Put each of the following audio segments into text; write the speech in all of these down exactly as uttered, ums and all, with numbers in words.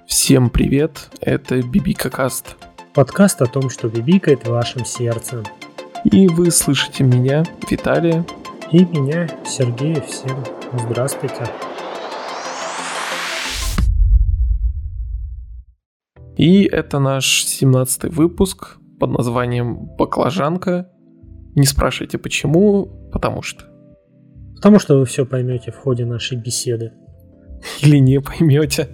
Всем привет, это Бибика Каст. Подкаст о том, что бибикает в вашем сердце. И вы слышите меня, Виталия. И меня, Сергея. Всем здравствуйте. И это наш семнадцатый выпуск под названием «Баклажанка». Не спрашивайте почему, потому что. Потому что вы все поймете в ходе нашей беседы. Или не поймете.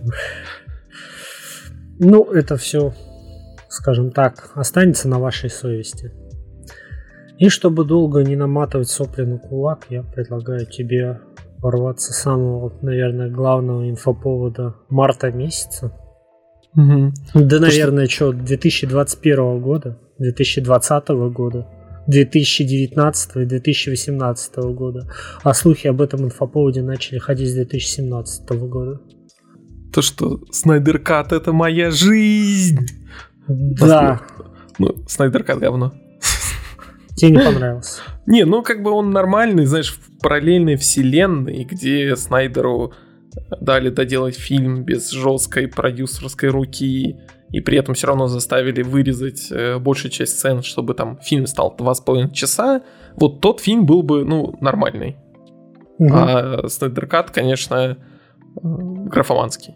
Ну, это все, скажем так, останется на вашей совести. И чтобы долго не наматывать сопли на кулак, я предлагаю тебе ворваться с самого, наверное, главного инфоповода марта месяца. Угу. Да, То, наверное, что, две тысячи двадцать первого года, две тысячи двадцатого года, две тысячи девятнадцатого и две тысячи восемнадцатого года. А слухи об этом инфоповоде начали ходить с две тысячи семнадцатого года. То, что Снайдер Кат — это моя жизнь. Да. Ну, Снайдер Кат говно. Тебе не понравился? Не, ну как бы он нормальный, знаешь, в параллельной вселенной, где Снайдеру дали доделать фильм без жесткой продюсерской руки, и при этом все равно заставили вырезать э, большую часть сцен, чтобы там фильм стал два с половиной часа. Вот тот фильм был бы, ну, нормальный. Угу. А Снайдер Кат, конечно, э, графоманский.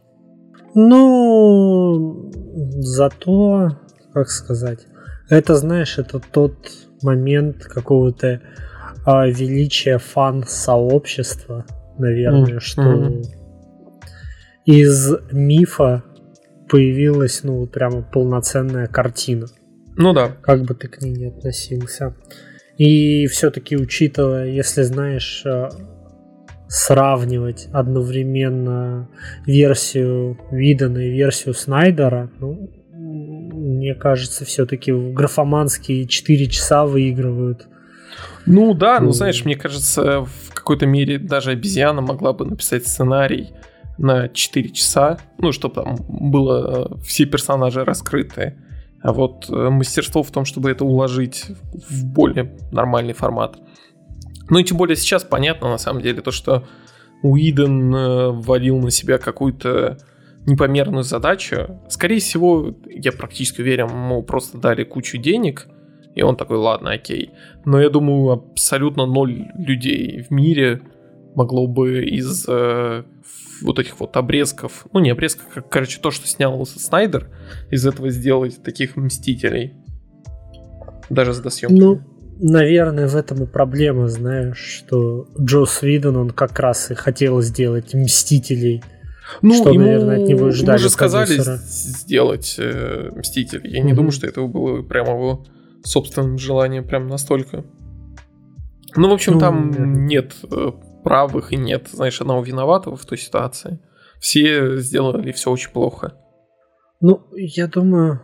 Ну, зато, как сказать, это, знаешь, это тот момент какого-то а, величия фан-сообщества, наверное, mm-hmm. что из мифа появилась, ну, прямо полноценная картина. Ну да. Как бы ты к ней ни относился. И все-таки, учитывая, если знаешь, сравнивать одновременно версию Уидона и версию Снайдера, ну, мне кажется, все-таки графоманские четыре часа выигрывают. Ну да, ну, ну знаешь, мне кажется, в какой-то мере даже обезьяна могла бы написать сценарий на четыре часа, ну, чтобы там было все персонажи раскрыты. А вот мастерство в том, чтобы это уложить в более нормальный формат. Ну и тем более сейчас понятно, на самом деле, то, что Уидон э, ввалил на себя какую-то непомерную задачу. Скорее всего, я практически уверен, ему просто дали кучу денег, и он такой, ладно, окей. Но я думаю, абсолютно ноль людей в мире могло бы из э, вот этих вот обрезков, ну не обрезков, как, короче, то, что снял Снайдер, из этого сделать таких Мстителей. Даже с досъемками. Ну, наверное, в этом и проблема, знаешь, что Джосс Уидон, он как раз и хотел сделать Мстителей. Ну, что, ему, наверное, от него ждали. Ему же сказали продюсера. сделать э, Мстителей. Я mm-hmm. не думаю, что это было прямо его собственным желанием, прям настолько. Ну, в общем, ну, там наверное. нет э, правых и нет, знаешь, одного виноватого в той ситуации. Все сделали все очень плохо. Ну, я думаю,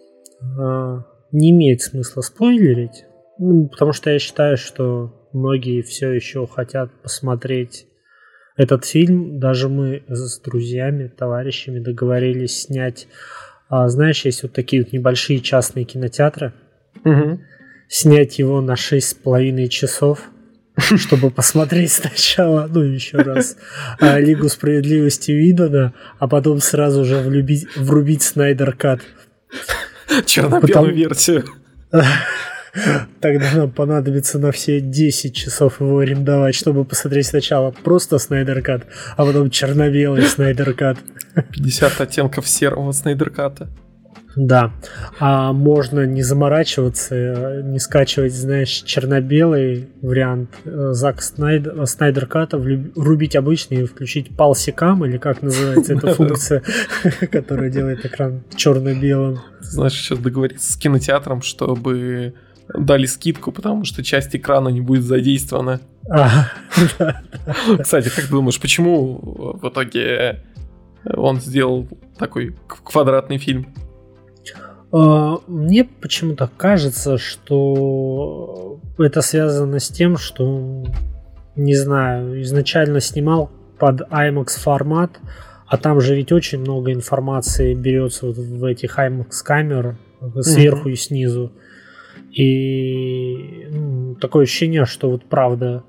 э, не имеет смысла спойлерить. Ну, потому что я считаю, что многие все еще хотят посмотреть этот фильм. Даже мы с друзьями, товарищами договорились снять, а, знаешь, есть вот такие вот небольшие частные кинотеатры. Угу. Снять его на шесть с половиной часов, чтобы посмотреть сначала, ну еще раз, Лигу справедливости Уидона, а потом сразу же влюбить, врубить Снайдер Кат. Черно-белую версию. Тогда нам понадобится на все десять часов его арендовать, чтобы посмотреть сначала просто Снайдер Кат, а потом черно-белый Снайдер Кат. пятьдесят оттенков серого Снайдер Ката. Да. А можно не заморачиваться, не скачивать, знаешь, черно-белый вариант Зак Снайдер, Снайдер Ката, врубить обычный и включить палсикам, или как называется эта функция, которая делает экран черно-белым. Знаешь, сейчас договориться с кинотеатром, чтобы дали скидку, потому что часть экрана не будет задействована. Ага, да. Кстати, как думаешь, почему в итоге он сделал такой квадратный фильм? Мне почему-то кажется, что это связано с тем, что, не знаю, изначально снимал под IMAX формат, а там же ведь очень много информации берется вот в этих IMAX камер сверху mm-hmm. и снизу. И ну, такое ощущение, что вот правда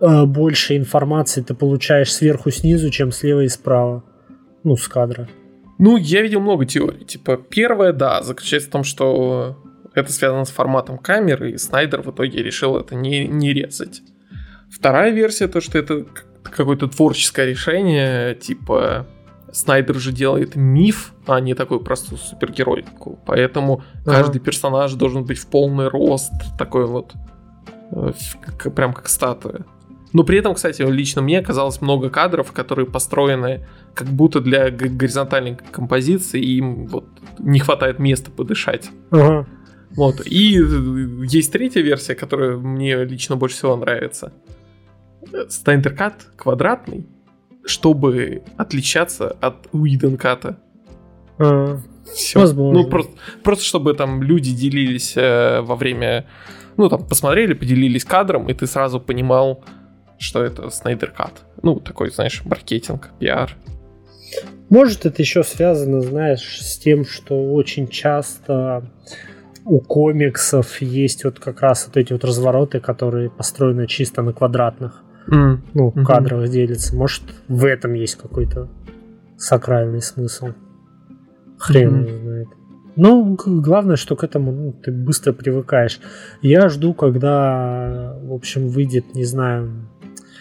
больше информации ты получаешь сверху снизу, чем слева и справа. Ну, с кадра. Ну, я видел много теорий. Типа, первая, да, заключается в том, что это связано с форматом камеры, и Снайдер в итоге решил это не, не резать. Вторая версия, то, что это какое-то творческое решение, типа, Снайдер же делает миф, а не такую простую супергеройку, поэтому ага. каждый персонаж должен быть в полный рост, такой вот, прям как статуя. Но при этом, кстати, лично мне казалось много кадров, которые построены как будто для горизонтальной композиции, и им вот не хватает места подышать. Ага. Вот. И есть третья версия, которая мне лично больше всего нравится. Снайдер Кат квадратный, чтобы отличаться от Уидон Ката. А, Все. возможно. Ну, просто, просто чтобы там люди делились э, во время... Ну, там, посмотрели, поделились кадром, и ты сразу понимал, что это Снайдер Кат. Ну, такой, знаешь, маркетинг, пиар. Может, это еще связано, знаешь, с тем, что очень часто у комиксов есть вот как раз вот эти вот развороты, которые построены чисто на квадратных, mm. ну, mm-hmm. кадрах делятся. Может, в этом есть какой-то сакральный смысл. Хрен mm-hmm. его знает. Но главное, что к этому ну, ты быстро привыкаешь. Я жду, когда, в общем, выйдет, не знаю,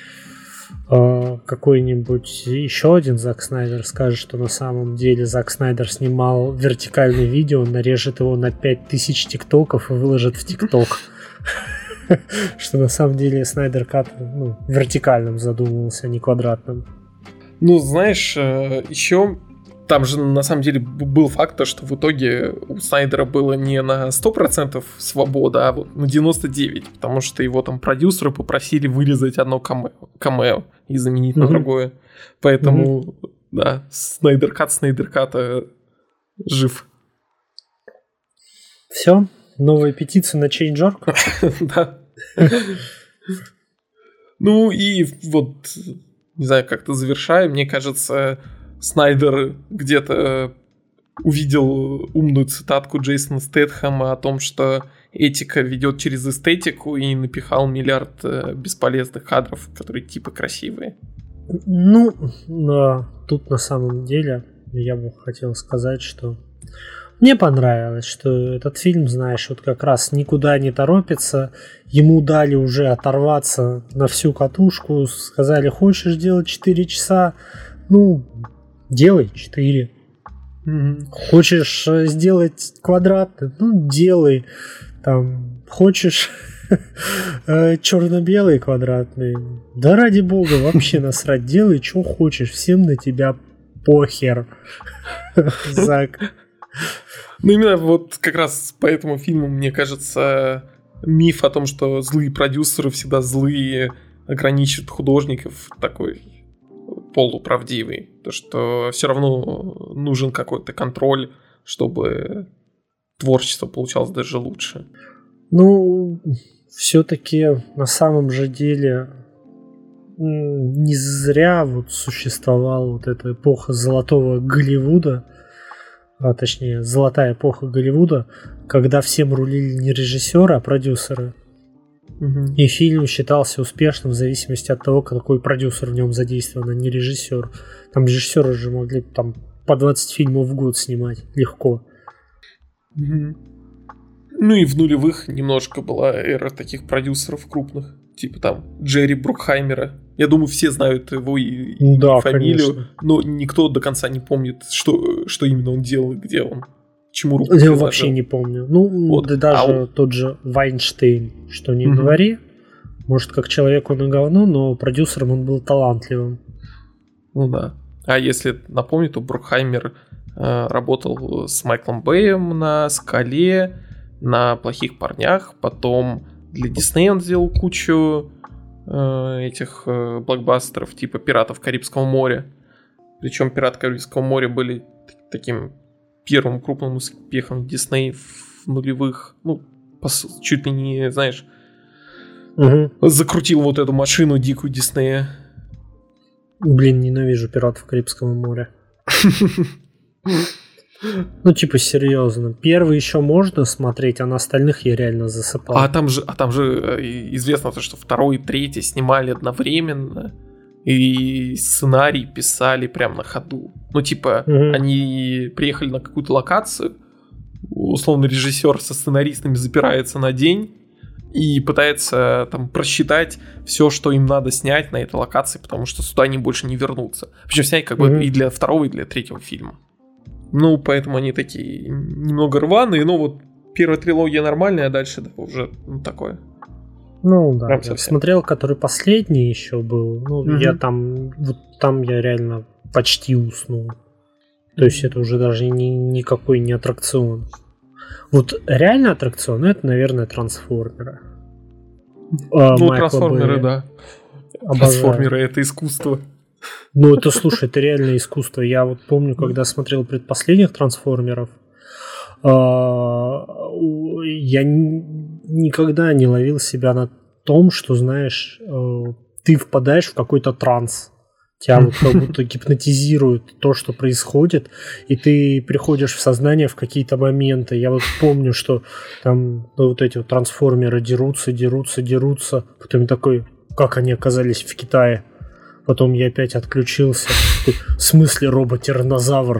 какой-нибудь еще один Зак Снайдер, скажет, что на самом деле Зак Снайдер снимал вертикальное видео, нарежет его на пять тысяч тиктоков и выложит в тикток. Что на самом деле Снайдер Кат вертикальным задумывался, а не квадратным. Ну, знаешь, еще там же на самом деле был факт, что в итоге у Снайдера было не на сто процентов свобода, а вот на девяносто девять процентов, потому что его там продюсеры попросили вырезать одно камео, камео и заменить mm-hmm. на другое. Поэтому, mm-hmm. да, Снайдер Кат, Снайдер Ката жив. Все? Новая петиция на Change точка орг? Да. Ну и вот, не знаю, как-то завершаю, мне кажется... Снайдер где-то увидел умную цитатку Джейсона Стэтхэма о том, что этика ведет через эстетику, и напихал миллиард бесполезных кадров, которые типа красивые. Ну, да, тут на самом деле я бы хотел сказать, что мне понравилось, что этот фильм, знаешь, вот как раз никуда не торопится, ему дали уже оторваться на всю катушку, сказали, хочешь делать четыре часа, ну... Делай четыре. Mm-hmm. Хочешь сделать квадратный? Ну, делай. Там, хочешь черно-белый квадратный? Да ради бога, вообще насрать. Делай, что хочешь. Всем на тебя похер. Зак. Ну, именно вот как раз по этому фильму, мне кажется, миф о том, что злые продюсеры всегда злые, ограничивают художников, такой... полуправдивый, то что все равно нужен какой-то контроль, чтобы творчество получалось даже лучше. Ну, все-таки на самом же деле не зря вот существовала вот эта эпоха золотого Голливуда, а точнее золотая эпоха Голливуда, когда всем рулили не режиссеры, а продюсеры. Угу. И фильм считался успешным в зависимости от того, какой продюсер в нем задействован, а не режиссер. Там режиссеры же могли там, по двадцать фильмов в год снимать легко. Угу. Ну и в нулевых немножко была эра таких продюсеров крупных, типа там Джерри Брукхаймера. Я думаю, все знают его и, и да, фамилию, конечно. Но никто до конца не помнит, что, что именно он делал и где он. Чему руку я вообще не помню. Ну, вот. Да даже а тот же Вайнштейн, что не угу. говори. Может, как человек он и говно, но продюсером он был талантливым. Ну да. А если напомню, то Брукхаймер э, работал с Майклом Бэем на «Скале», на «Плохих парнях». Потом для Диснея он сделал кучу э, этих э, блокбастеров, типа «Пиратов Карибского моря». Причем «Пираты Карибского моря» были таким... первым крупным успехом Дисней в нулевых, ну, чуть ли не, знаешь, угу. закрутил вот эту машину дикую Диснея. Блин, ненавижу «Пиратов Карибского моря». Ну, типа, серьезно. Первый еще можно смотреть, а на остальных я реально засыпал. А там же, а там же известно, что второй и третий снимали одновременно. и сценарий писали прямо на ходу. Ну, типа, mm-hmm. они приехали на какую-то локацию, условно, режиссер со сценаристами запирается на день и пытается там просчитать все, что им надо снять на этой локации, потому что сюда они больше не вернутся. Причем снять как mm-hmm. бы и для второго, и для третьего фильма. Ну, поэтому они такие немного рваные, но вот первая трилогия нормальная, а дальше да, уже ну, такое. Ну да, я смотрел, который последний еще был. Ну, угу. я там, вот там я реально почти уснул. То есть это уже даже ни, никакой не аттракцион. Вот реально аттракцион, это, наверное, трансформеры. А, ну, трансформеры, Бэй. Да. Обожаю. Трансформеры — это искусство. Ну, это, слушай, это реально искусство. Я вот помню, когда смотрел предпоследних трансформеров, я никогда не ловил себя на том, что, знаешь, ты впадаешь в какой-то транс. Тебя вот как будто гипнотизирует то, что происходит, и ты приходишь в сознание в какие-то моменты. Я вот помню, что там ну, вот эти вот трансформеры дерутся, дерутся, дерутся. Потом такой, как они оказались в Китае? Потом я опять отключился. В смысле робот-тираннозавр?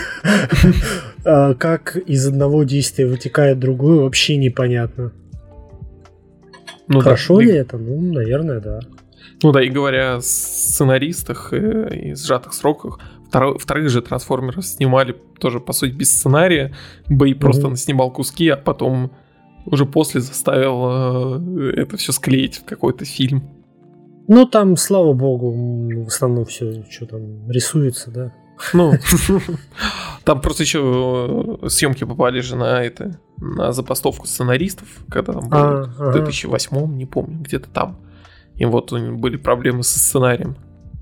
Как из одного действия вытекает другое, вообще непонятно. Ну, хорошо да, ли и... это? Ну, наверное, да. Ну да, и говоря о сценаристах и, и сжатых сроках, второй, вторых же трансформеров снимали тоже, по сути, без сценария. Бэй mm-hmm. просто наснимал куски, а потом уже после заставил э, это все склеить в какой-то фильм. Ну, там, слава богу, в основном все, что там, рисуется, да. Ну, там просто еще съемки попали же на это, на забастовку сценаристов, когда там было в две тысячи восьмом, не помню, где-то там. И вот у них были проблемы со сценарием.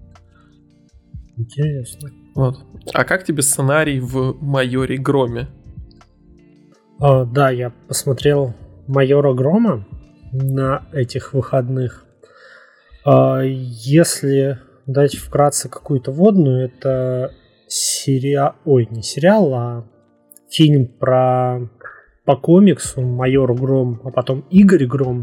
Интересно. Вот. А как тебе сценарий в «Майоре Громе»? А, да, я посмотрел «Майора Грома» на этих выходных. А, если дать вкратце какую-то вводную, это сериал... Ой, не сериал, а фильм про... по комиксу «Майор Гром», а потом Игорь Гром,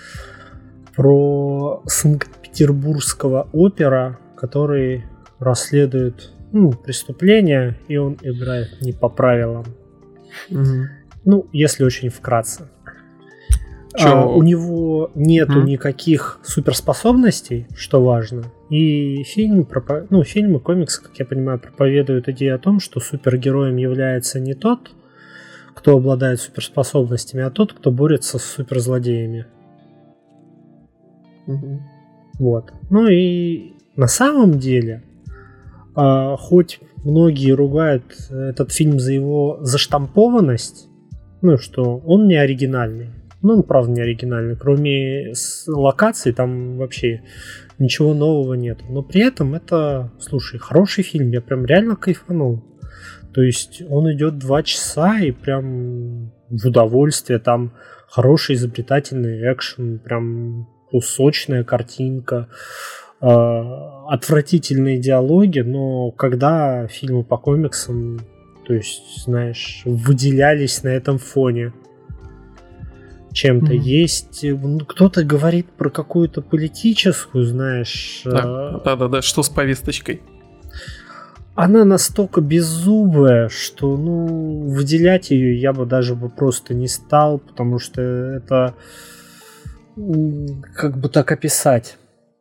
про санкт-петербургского опера, который расследует ну, преступления, и он играет не по правилам. Mm-hmm. Ну, если очень вкратце. А, у него нету mm-hmm. никаких суперспособностей, что важно. И фильм, ну, фильмы, комиксы, как я понимаю, проповедуют идею о том, что супергероем является не тот, кто обладает суперспособностями, а тот, кто борется с суперзлодеями. Mm-hmm. Вот. Ну и на самом деле, э, хоть многие ругают этот фильм за его заштампованность, ну что он не оригинальный. Ну, он правда не оригинальный. Кроме локаций там вообще ничего нового нет. Но при этом это, слушай, хороший фильм. Я прям реально кайфанул. То есть он идет два часа и прям в удовольствие. Там хороший изобретательный экшен, прям сочная картинка, э, отвратительные диалоги, но когда фильмы по комиксам, то есть, знаешь, выделялись на этом фоне чем-то. Mm-hmm. Есть, кто-то говорит про какую-то политическую, знаешь... Да, э, да, да, что с повесточкой? Она настолько беззубая, что, ну, выделять ее я бы даже бы просто не стал, потому что это... Как бы так описать?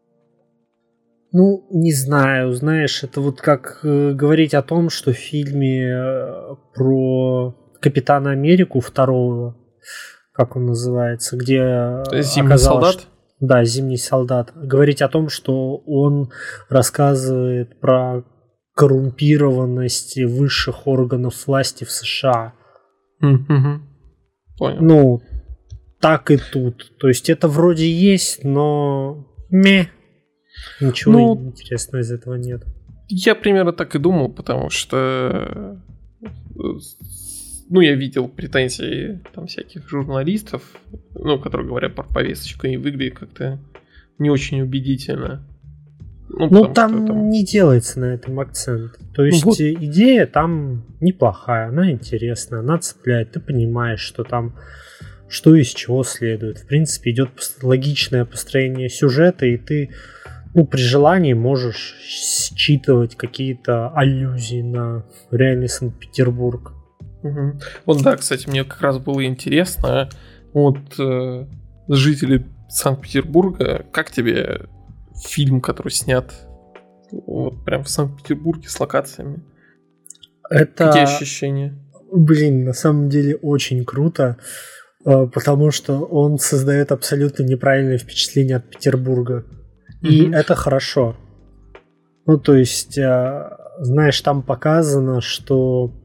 Ну, не знаю, знаешь, это вот как э, говорить о том, что в фильме э, про Капитана Америку второго, как он называется, где Зимний солдат? Что, да, Зимний солдат. Говорить о том, что он рассказывает про коррумпированность высших органов власти в США. Mm-hmm. Понял. Ну, так и тут. То есть это вроде есть, но ме. Ничего ну, интересного из этого нет. Я примерно так и думал, потому что ну, я видел претензии там всяких журналистов, ну, которые говорят про повесточку, и выглядит как-то не очень убедительно. Ну, ну там, там не делается на этом акцент. То есть ну, вот. Идея там неплохая, она интересная, она цепляет. Ты понимаешь, что там что из чего следует. В принципе, идет логичное построение сюжета, и ты ну, при желании можешь считывать какие-то аллюзии на реальный Санкт-Петербург. Угу. Вот да, кстати, мне как раз было интересно, вот э, жители Санкт-Петербурга, как тебе фильм, который снят вот прям в Санкт-Петербурге с локациями? Это... Какие ощущения? Блин, на самом деле очень круто, потому что он создает абсолютно неправильное впечатление от Петербурга. И mm-hmm. это хорошо. Ну, то есть, знаешь, там показано, что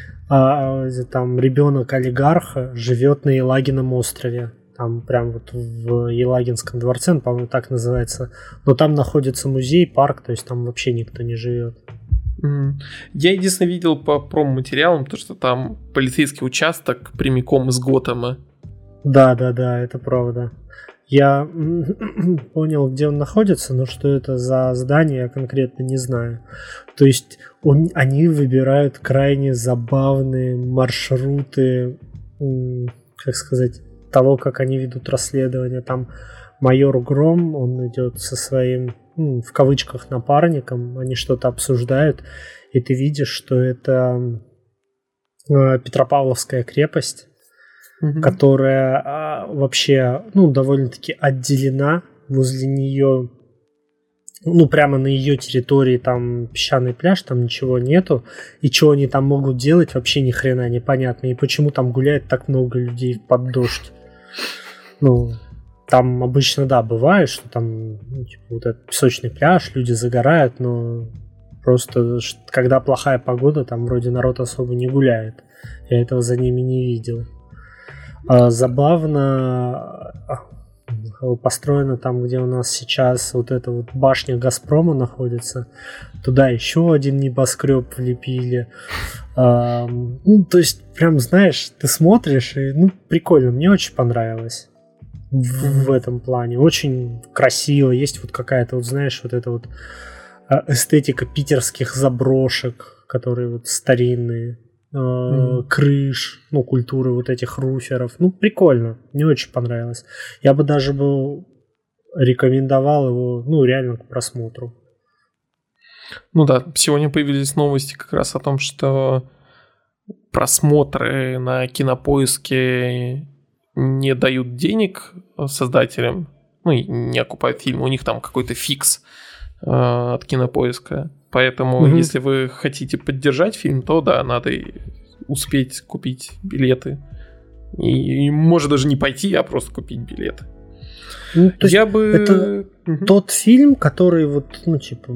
там ребенок олигарха живет на Елагином острове. Там прям вот в Елагинском дворце, по-моему, так называется. Но там находится музей, парк, то есть там вообще никто не живет. Mm-hmm. Я единственное видел по промо-материалам, то, что там полицейский участок прямиком из Готэма. Да-да-да, это правда. Я понял, где он находится, но что это за здание, я конкретно не знаю. То есть он, они выбирают крайне забавные маршруты, как сказать, того, как они ведут расследование. Там майор Гром, он идет со своим, ну, в кавычках, напарником, они что-то обсуждают, и ты видишь, что это Петропавловская крепость, mm-hmm. которая а, вообще, ну, довольно-таки отделена. Возле нее, ну, прямо на ее территории там песчаный пляж, там ничего нету. И что они там могут делать, вообще ни хрена непонятно. И почему там гуляет так много людей под дождь. Ну, там обычно, да, бывает, что там, ну, типа, вот этот песочный пляж, люди загорают, но просто, когда плохая погода, там вроде народ особо не гуляет. Я этого за ними не видел. А, забавно построено там, где у нас сейчас вот эта вот башня Газпрома находится. Туда еще один небоскреб влепили. А, ну, то есть, прям, знаешь, ты смотришь, и, ну, прикольно, мне очень понравилось. В, в этом плане. Очень красиво. Есть вот какая-то, вот знаешь, вот эта вот эстетика питерских заброшек, которые вот старинные, э, mm. крыш, ну, культуры вот этих руферов. Ну, прикольно. Мне очень понравилось. Я бы даже бы рекомендовал его, ну, реально к просмотру. Ну да, сегодня появились новости как раз о том, что просмотры на Кинопоиске не дают денег создателям, ну и не окупают фильм, у них там какой-то фикс э, от Кинопоиска. Поэтому, mm-hmm. если вы хотите поддержать фильм, то да, надо успеть купить билеты. И, и может даже не пойти, а просто купить билеты. Ну, то Я есть бы... Это mm-hmm. тот фильм, который вот, ну, типа,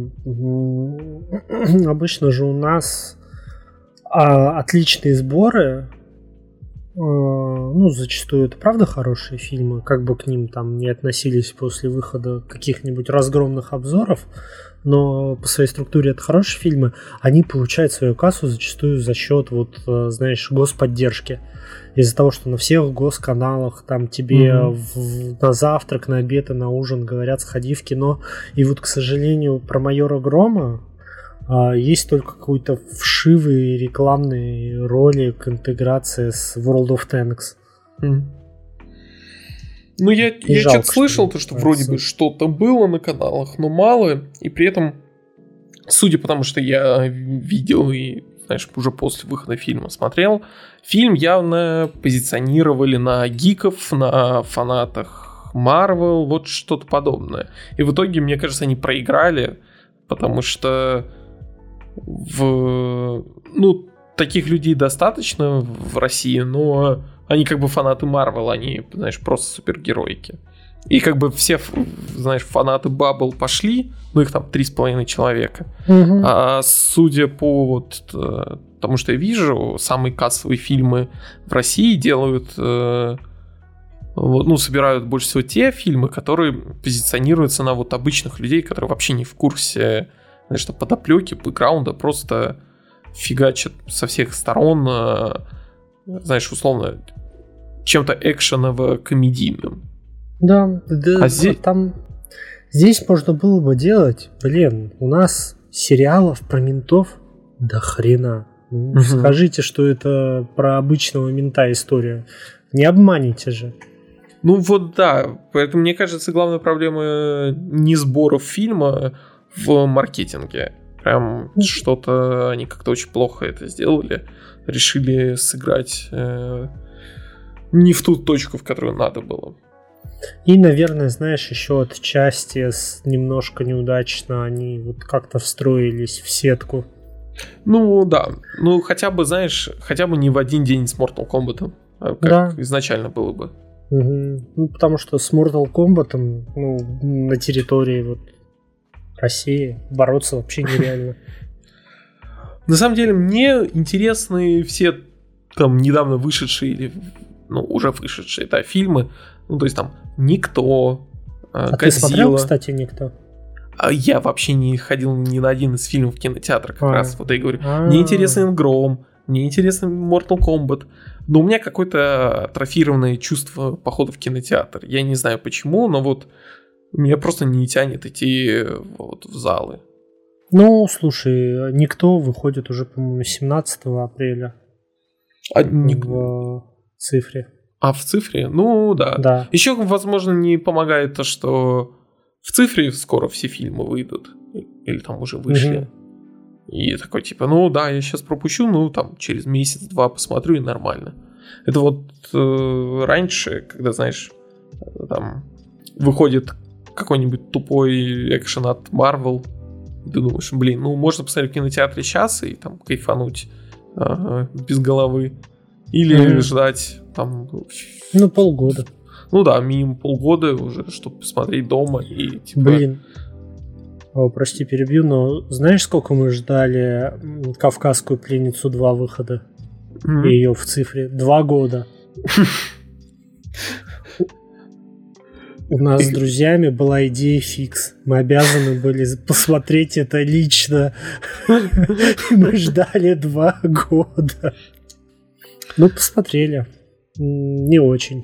обычно же у нас а, отличные сборы. Ну, зачастую это правда хорошие фильмы, как бы к ним там не относились после выхода каких-нибудь разгромных обзоров, но по своей структуре это хорошие фильмы, они получают свою кассу зачастую за счет, вот, знаешь, господдержки. Из-за того, что на всех госканалах там тебе mm-hmm. в, на завтрак, на обед и на ужин говорят, сходи в кино. И вот, к сожалению, про майора Грома есть только какой-то вшивый рекламный ролик, интеграция с World of Tanks. Mm. Ну, я, я что-то слышал, то, что вроде бы что-то было на каналах, но мало. И при этом, судя по тому, что я видел и, знаешь, уже после выхода фильма смотрел, фильм явно позиционировали на гиков, на фанатах Marvel, вот что-то подобное. И в итоге, мне кажется, они проиграли, потому что в... ну, таких людей достаточно в России, но они как бы фанаты Marvel, они, знаешь, просто супергероики. И как бы все, знаешь, фанаты Bubble пошли, ну их там три с половиной человека. Угу. А судя по вот тому, что я вижу, самые кассовые фильмы в России делают, ну, собирают больше всего те фильмы, которые позиционируются на вот обычных людей, которые вообще не в курсе, знаешь, подоплеки, бэкграунда, просто фигачат со всех сторон, знаешь, условно, чем-то экшеново-комедийным. Да, да, а здесь... там здесь можно было бы делать, блин, у нас сериалов про ментов до хрена. Ну, угу. Скажите, что это про обычного мента история. Не обманите же. Ну вот да, поэтому мне кажется, главная проблема не сборов фильма в маркетинге. Прям что-то они как-то очень плохо это сделали. Решили сыграть э, не в ту точку, в которую надо было. И, наверное, знаешь, еще отчасти немножко неудачно они вот как-то встроились в сетку. Ну да, ну хотя бы, знаешь, хотя бы не в один день с Mortal Kombat, как да. изначально было бы. Угу. Ну, потому что с Mortal Kombat ну, на территории вот России бороться вообще нереально. На самом деле, мне интересны все там недавно вышедшие или ну, уже вышедшие да, фильмы. Ну, то есть там «Никто», «Годзилла». А ты смотрел, кстати, «Никто»? Я вообще не ходил ни на один из фильмов в кинотеатр, как а. раз. Вот я и говорю. А. Мне интересен «Гром», мне интересен Mortal Kombat. Но у меня какое-то атрофированное чувство похода в кинотеатр. Я не знаю почему, но вот меня просто не тянет идти вот в залы. Ну, слушай, «Никто» выходит уже, по-моему, семнадцатого апреля. А, не... В цифре. А в цифре? Ну, да. да. Еще, возможно, не помогает то, что в цифре скоро все фильмы выйдут. Или там уже вышли. Угу. И такой, типа, ну да, я сейчас пропущу, ну там через месяц-два посмотрю и нормально. Это вот э, раньше, когда, знаешь, там выходит какой-нибудь тупой экшен от Marvel, ты думаешь, блин, ну можно посмотреть в кинотеатре сейчас и там кайфануть э, без головы. Или mm-hmm. ждать там... Ну, полгода. Ну да, минимум полгода уже, чтобы посмотреть дома и типа... Блин. О, прости, перебью, но знаешь, сколько мы ждали «Кавказскую пленницу два» выхода? Mm-hmm. И ее в цифре? Два года. У нас с друзьями была идея фикс. Мы обязаны были посмотреть это лично. Мы ждали два года. Ну, посмотрели. Не очень.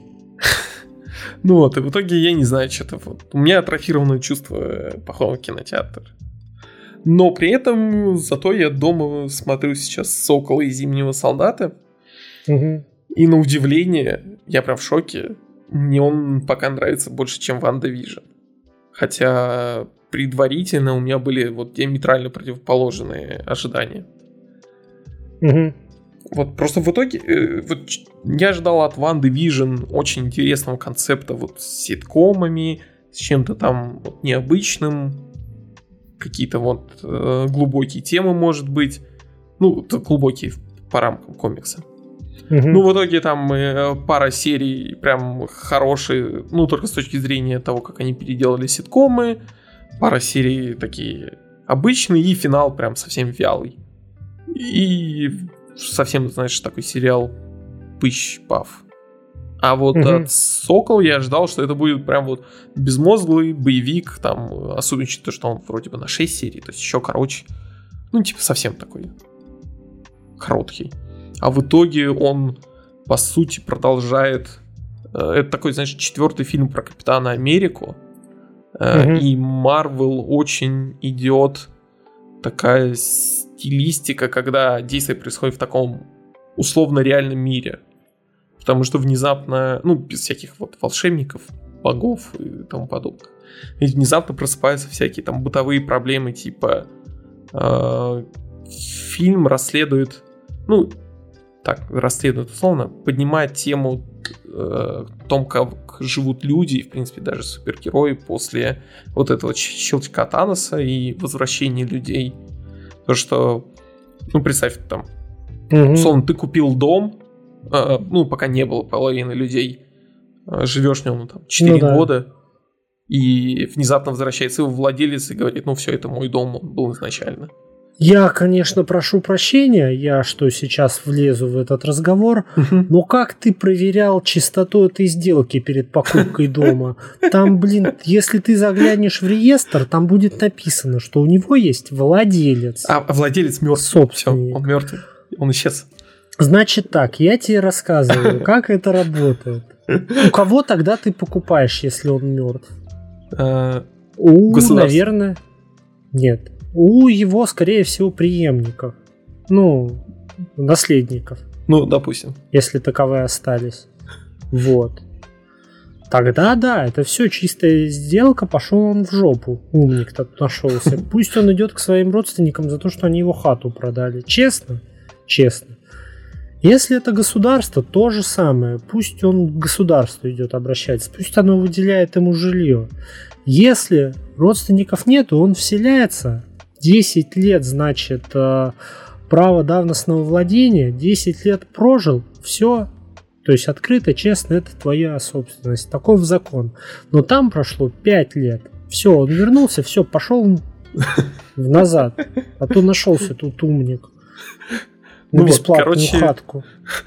Ну вот, и в итоге я не знаю, что-то вот. У меня атрофированное чувство похода в кинотеатр. Но при этом зато я дома смотрю сейчас «Сокола» и «Зимнего солдата». Угу. И на удивление, я прям в шоке. Мне он пока нравится больше, чем «Ванда Вижн». Хотя предварительно у меня были вот диаметрально противоположные ожидания. Угу. Вот просто в итоге э, вот я ожидал от «Ванды Вижн» очень интересного концепта вот с ситкомами, с чем-то там вот необычным, какие-то вот э, глубокие темы, может быть, ну, глубокие по рамкам комикса. Угу. Ну, в итоге там э, пара серий прям хорошие, ну, только с точки зрения того, как они переделали ситкомы, пара серий такие обычные, и финал прям совсем вялый. И совсем, знаешь, такой сериал пыщ-паф. А вот угу. от «Сокол» я ожидал, что это будет прям вот безмозглый боевик, там, особенно учитывая, что он вроде бы на шесть серий, то есть еще короче. Ну, типа, совсем такой короткий. А в итоге он, по сути, продолжает... Это такой, знаешь, четвертый фильм про Капитана Америку. Угу. И Marvel очень идет такая стилистика, когда действие происходит в таком условно реальном мире. Потому что внезапно, ну, без всяких вот волшебников, богов и тому подобное. И внезапно просыпаются всякие там бытовые проблемы, типа э, фильм расследует, ну, так, расследует условно, поднимает тему э, о том, как живут люди, и, в принципе, даже супергерои после вот этого щелчка Таноса и возвращения людей. То, что, ну, представь, там, mm-hmm. условно, ты купил дом, э, ну, пока не было половины людей, э, живешь в нем там четыре ну, года, да. И внезапно возвращается его владелец и говорит, ну, все, это мой дом, он был изначально. Я, конечно, прошу прощения, я что сейчас влезу в этот разговор, uh-huh. но как ты проверял чистоту этой сделки перед покупкой дома? Там, блин, если ты заглянешь в реестр, там будет написано, что у него есть владелец. А, а владелец мертв. Собственник. Все, он мертвый, он исчез. Значит так, я тебе рассказываю, как это работает. У кого тогда ты покупаешь, если он мертв? У, наверное, нет. У его, скорее всего, преемников. Ну, наследников. Ну, допустим. Если таковые остались. Вот. Тогда да, это все чистая сделка, пошел он в жопу, умник-то нашелся. Пусть он идет к своим родственникам за то, что они его хату продали. Честно? Честно. Если это государство, то же самое. Пусть он к государству идет обращаться, пусть оно выделяет ему жилье. Если родственников нету, он вселяется. десять лет, значит, право давностного владения, десять лет прожил, все. То есть открыто, честно, это твоя собственность. Таков закон. Но там прошло пять лет. Все, он вернулся, все, пошел назад. А то нашелся тут умник. На ну бесплатную вот, короче, хатку.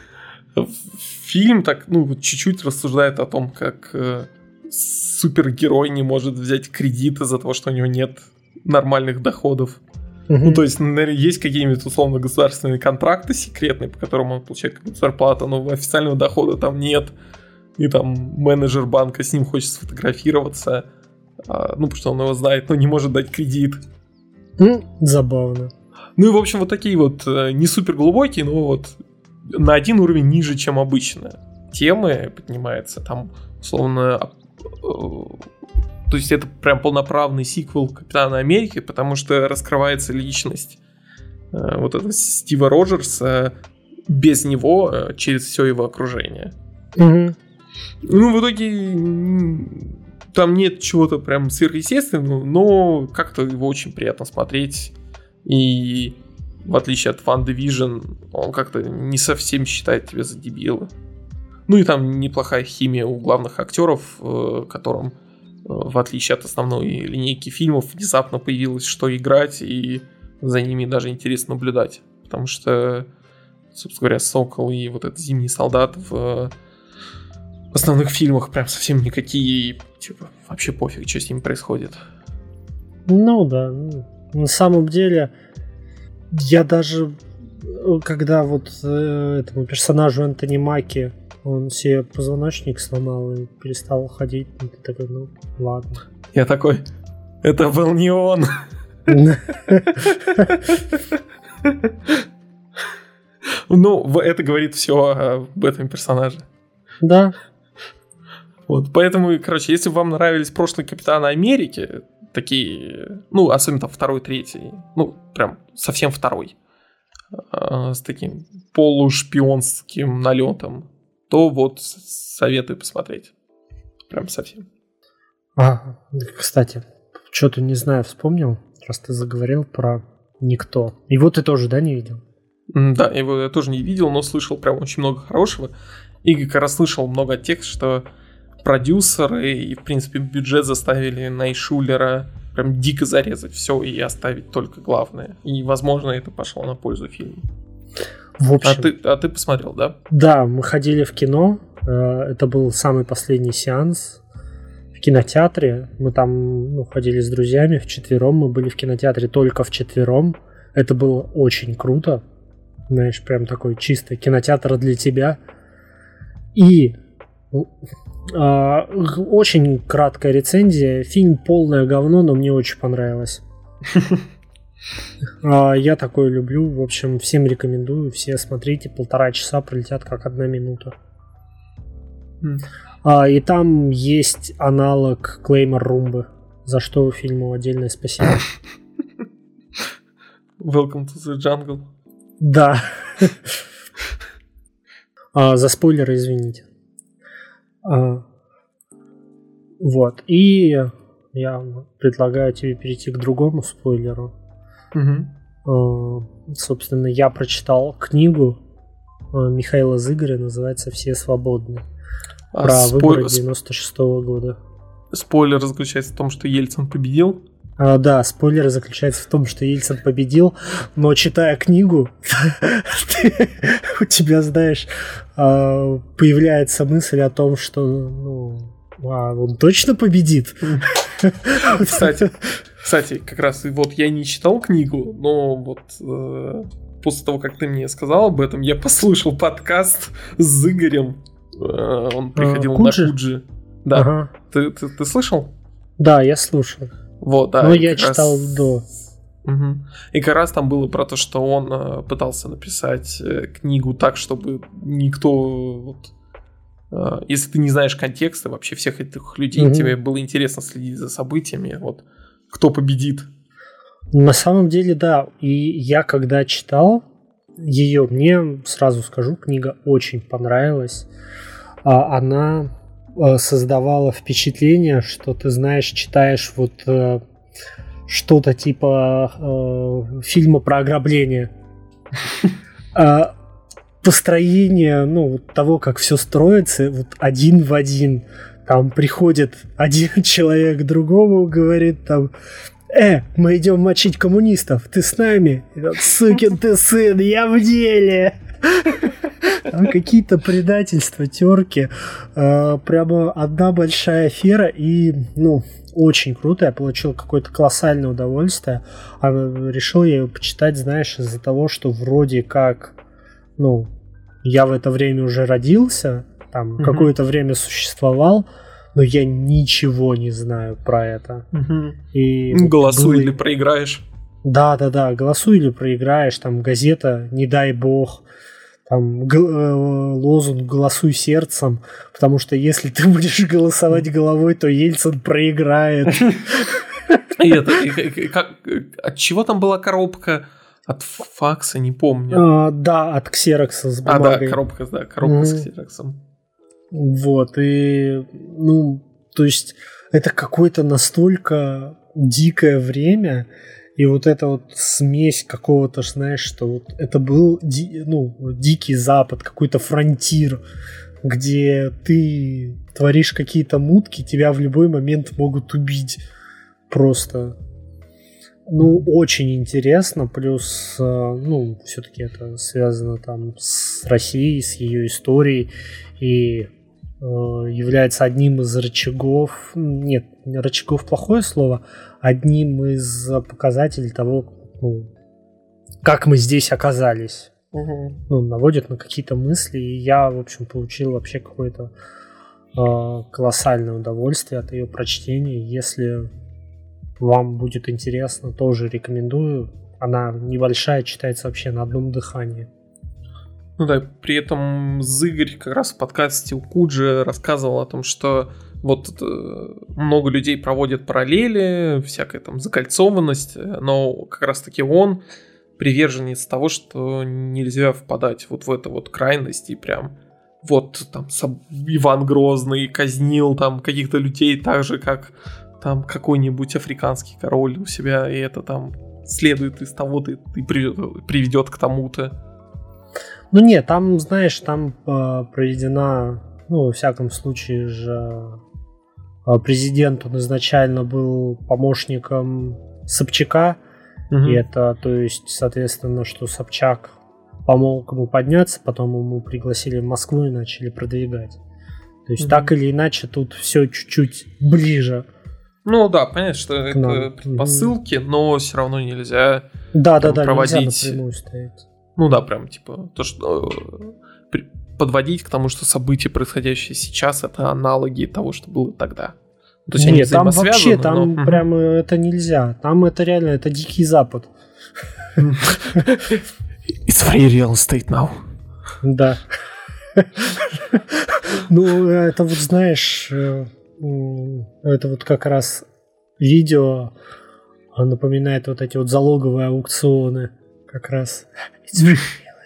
Фильм так, ну, чуть-чуть рассуждает о том, как э, супергерой не может взять кредит из-за того, что у него нет нормальных доходов. Угу. Ну, то есть, наверное, есть какие-нибудь условно государственные контракты секретные, по которым он получает какую-то зарплату, но официального дохода там нет. И там менеджер банка с ним хочет сфотографироваться, а, ну, потому что он его знает, но не может дать кредит. Ну, забавно. Ну и, в общем, вот такие вот не супер глубокие, но вот на один уровень ниже, чем обычно. Темы поднимаются, там, условно... То есть это прям полноправный сиквел Капитана Америки, потому что раскрывается личность э, вот этого Стива Роджерса без него, э, через все его окружение. Mm-hmm. Ну, в итоге там нет чего-то прям сверхъестественного, но как-то его очень приятно смотреть. И в отличие от Ван Дивижн, он как-то не совсем считает тебя за дебила. Ну и там неплохая химия у главных актеров, э, которым в отличие от основной линейки фильмов, внезапно появилось что играть, и за ними даже интересно наблюдать. Потому что, собственно говоря, Сокол и вот этот Зимний солдат в основных фильмах прям совсем никакие, типа, вообще пофиг, что с ними происходит. Ну да, на самом деле, я даже, когда вот этому персонажу Энтони Маки он себе позвоночник сломал и перестал ходить. И ты такой, ну, ладно. Я такой, это был не он. Ну, это говорит все об этом персонаже. Да. Вот, поэтому, короче, если вам нравились прошлые Капитаны Америки, такие, ну, особенно там второй, третий, ну, прям совсем второй, с таким полушпионским налетом, то вот советую посмотреть. Прям совсем. А, кстати, что-то не знаю, вспомнил, раз ты заговорил про «Никто». Его ты тоже, да, не видел? Да, его я тоже не видел, но слышал прям очень много хорошего. И как раз слышал много тех, что продюсеры и, в принципе, бюджет заставили Найшулера прям дико зарезать все и оставить только главное. И, возможно, это пошло на пользу фильму. В общем, а, ты, а ты посмотрел, да? Да, мы ходили в кино. Это был самый последний сеанс в кинотеатре. Мы там ну, ходили с друзьями вчетвером. Мы были в кинотеатре только вчетвером. Это было очень круто. Знаешь, прям такой чистый кинотеатр для тебя. И а, очень краткая рецензия. Фильм полное говно, но мне очень понравилось. Я такое люблю. В общем, всем рекомендую. Все смотрите. Полтора часа пролетят как одна минута. Mm. И там есть аналог Клеймор Румбы, за что фильму отдельное спасибо. Welcome to the jungle. Да. а, за спойлеры извините. А, вот. И я предлагаю тебе перейти к другому спойлеру. Угу. Собственно, я прочитал книгу Михаила Зыгоря, называется «Все свободны». А про спой... выборы девяносто шестого года. Спойлер заключается в том, что Ельцин победил? А, да, спойлер заключается в том, что Ельцин победил, но читая книгу, у тебя, знаешь, появляется мысль о том, что ну, он точно победит. Кстати, Кстати, как раз вот я не читал книгу, но вот э, после того, как ты мне сказал об этом, я послушал подкаст с Игорем. Э, он приходил а, на Куджи. Да. Ага. Ты, ты, ты слышал? Да, я слушал. Вот, да. Но я читал раз... до. Угу. И как раз там было про то, что он э, пытался написать э, книгу так, чтобы никто вот, если ты не знаешь контекста вообще всех этих людей, mm-hmm. тебе было интересно следить за событиями, вот кто победит. На самом деле, да. И я когда читал ее, мне, сразу скажу, книга очень понравилась. Она создавала впечатление, что ты знаешь, читаешь вот что-то типа фильма про ограбление. Построение, ну, того, как все строится, вот один в один. Там приходит один человек к другому, говорит там: «Э, мы идем мочить коммунистов, ты с нами?» «Сукин ты сын, я в деле!» Там какие-то предательства, терки. Прямо одна большая афера, и, ну, очень круто. Я получил какое-то колоссальное удовольствие. А решил я ее почитать, знаешь, из-за того, что вроде как, ну, я в это время уже родился, там mm-hmm. какое-то время существовал, но я ничего не знаю про это. Mm-hmm. И голосуй было... или проиграешь. Да-да-да, голосуй или проиграешь. Там газета «Не дай бог», там г- лозунг «Голосуй сердцем», потому что если ты будешь голосовать головой, то Ельцин проиграет. И это, от чего там была коробка? От факса, не помню. А, да, от ксерокса с бумагой. А, да, коробка, да, коробка mm-hmm. с ксероксом. Вот, и, ну, то есть, это какое-то настолько дикое время, и вот эта вот смесь какого-то, знаешь, что вот это был, ди, ну, дикий запад, какой-то фронтир, где ты творишь какие-то мутки, тебя в любой момент могут убить просто. Ну, очень интересно, плюс, ну, все-таки это связано там с Россией, с ее историей, и э, является одним из рычагов, нет, рычагов плохое слово, одним из показателей того, ну, как мы здесь оказались. Угу. Ну, наводит на какие-то мысли, и я, в общем, получил вообще какое-то э, колоссальное удовольствие от ее прочтения. Если вам будет интересно, тоже рекомендую. Она небольшая, читается вообще на одном дыхании. Ну да, при этом Зыгорь как раз в подкасте у Куджи рассказывал о том, что вот э, много людей проводят параллели, всякая там закольцованность, но как раз таки он приверженец того, что нельзя впадать вот в эту вот крайность и прям вот там Иван Грозный казнил там каких-то людей так же, как там какой-нибудь африканский король у себя, и это там следует из того-то и приведет к тому-то. Ну нет, там, знаешь, там э, проведена, ну, во всяком случае же, э, президент, он изначально был помощником Собчака, угу. И это, то есть, соответственно, что Собчак помог ему подняться, потом ему пригласили в Москву и начали продвигать. То есть, угу. так или иначе, тут все чуть-чуть ближе. Ну да, понятно, что это нам. Предпосылки, mm-hmm. но все равно нельзя да, да, да, проводить. Нельзя напрямую стоять. Ну да, прям типа то, что подводить к тому, что события, происходящие сейчас, это аналоги того, что было тогда. То есть нет, там вообще но... там mm-hmm. прям это нельзя. Там это реально, это дикий запад. It's very real estate now. Да. Ну, это вот знаешь... Это вот как раз видео напоминает вот эти вот залоговые аукционы. Как раз. It's real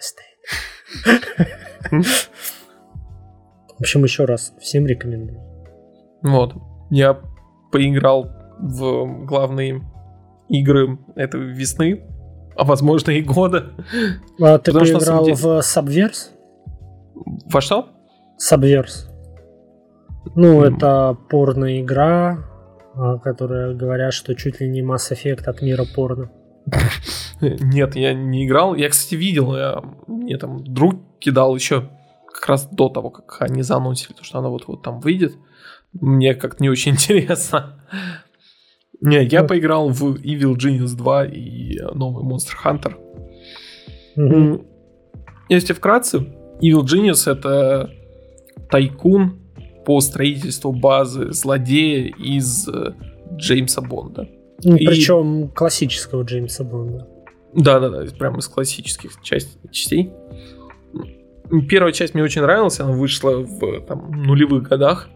estate. В общем, еще раз, всем рекомендую. Вот. Я поиграл в главные игры этой весны, а возможно и года. А ты Потому поиграл деле... в Subverse? Во что? Subverse. Ну, mm. это порно-игра, которая говорят, что чуть ли не Mass Effect от мира порно. Нет, я не играл. Я, кстати, видел, я, мне там друг кидал еще как раз до того, как они заанонсили, что она вот-вот там выйдет. Мне как-то не очень интересно. Не, я mm. поиграл в Evil Genius два и новый Monster Hunter. Mm-hmm. Если вкратце, Evil Genius — это тайкун по строительству базы злодея из Джеймса Бонда. И... Причем классического Джеймса Бонда. Да-да-да, прямо из классических часть, частей. Первая часть мне очень нравилась, она вышла в там, нулевых годах.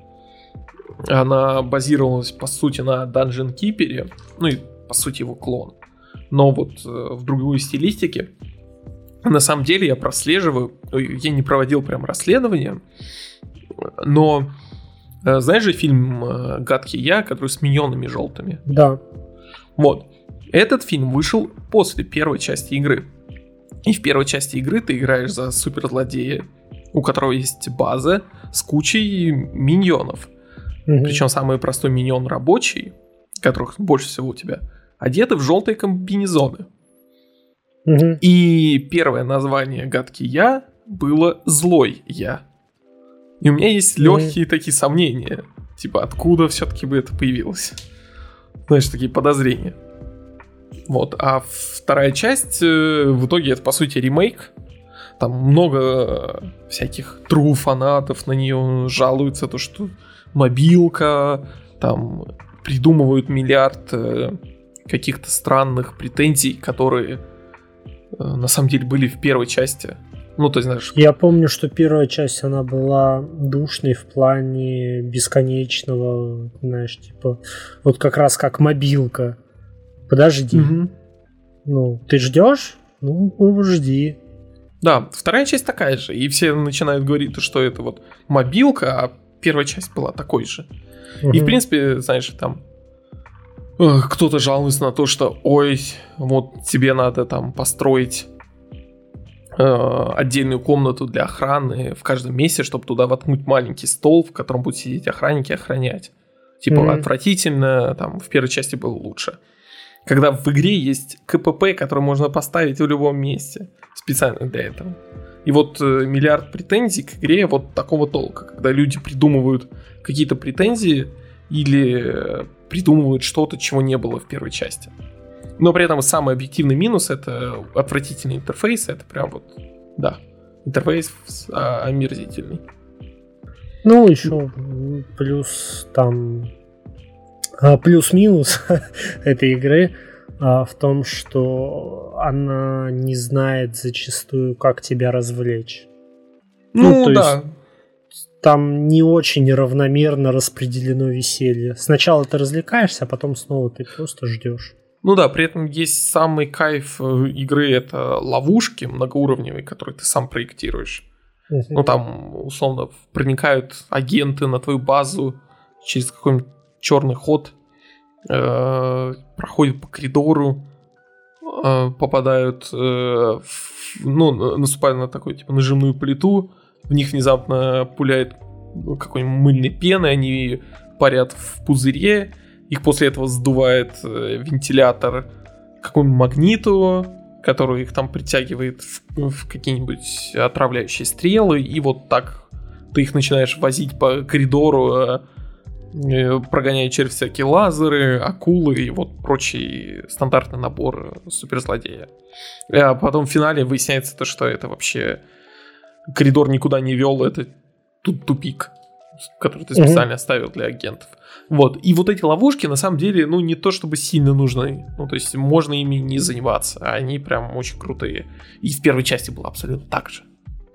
Она базировалась, по сути, на Dungeon Keeper, ну и, по сути, его клон. Но вот э, в другой стилистике. На самом деле я прослеживаю, я не проводил прям расследование, но э, знаешь же фильм э, «Гадкий я», который с миньонами желтыми? Да. Вот. Этот фильм вышел после первой части игры. И в первой части игры ты играешь за суперзлодея, у которого есть база с кучей миньонов. Mm-hmm. Причем самый простой миньон рабочий, которых больше всего у тебя, одеты в желтые комбинезоны. Mm-hmm. И первое название «Гадкий я» было «Злой я». И у меня есть легкие mm-hmm. такие сомнения. Типа, откуда все-таки бы это появилось? Знаешь, такие подозрения. Вот, а вторая часть, в итоге, это, по сути, ремейк. Там много всяких true фанатов на нее жалуются, то, что мобилка, там придумывают миллиард каких-то странных претензий, которые на самом деле были в первой части. Ну, то есть, знаешь... Я помню, что первая часть, она была душной в плане бесконечного, знаешь, типа, вот как раз как мобилка. Подожди. Угу. Ну, ты ждешь? Ну, жди. Да, вторая часть такая же. И все начинают говорить, что это вот мобилка, а первая часть была такой же. Угу. И, в принципе, знаешь, там кто-то жалуется на то, что ой, вот тебе надо там построить э, отдельную комнату для охраны в каждом месте, чтобы туда воткнуть маленький стол, в котором будут сидеть охранники и охранять. Типа угу. отвратительно, там в первой части было лучше. Когда в игре есть КПП, который можно поставить в любом месте, специально для этого. И вот э, миллиард претензий к игре вот такого толка, когда люди придумывают какие-то претензии или э, придумывают что-то, чего не было в первой части. Но при этом самый объективный минус — это отвратительный интерфейс, это прям вот, да, интерфейс а, омерзительный. Ну, еще плюс там... Плюс-минус этой игры а, в том, что она не знает зачастую, как тебя развлечь. Ну, ну то да. Есть, там не очень равномерно распределено веселье. Сначала ты развлекаешься, а потом снова ты просто ждешь. Ну да, при этом есть самый кайф игры — это ловушки многоуровневые, которые ты сам проектируешь. Uh-huh. Ну там, условно, проникают агенты на твою базу через какой-нибудь черный ход, э, проходят по коридору, э, попадают, э, в, ну, наступают на такую типа нажимную плиту, в них внезапно пуляет какой-нибудь мыльной пеной, они парят в пузыре, их после этого сдувает э, вентилятор какому-нибудь магниту, который их там притягивает в, в какие-нибудь отравляющие стрелы, и вот так ты их начинаешь возить по коридору, э, прогоняя через всякие лазеры, акулы и вот прочий стандартный набор суперзлодея. А потом в финале выясняется то, что это вообще коридор никуда не вел, это тут тупик, который ты специально mm-hmm. оставил для агентов. Вот. И вот эти ловушки на самом деле, ну, не то чтобы сильно нужны. Ну, то есть можно ими не заниматься, а они прям очень крутые. И в первой части было абсолютно так же.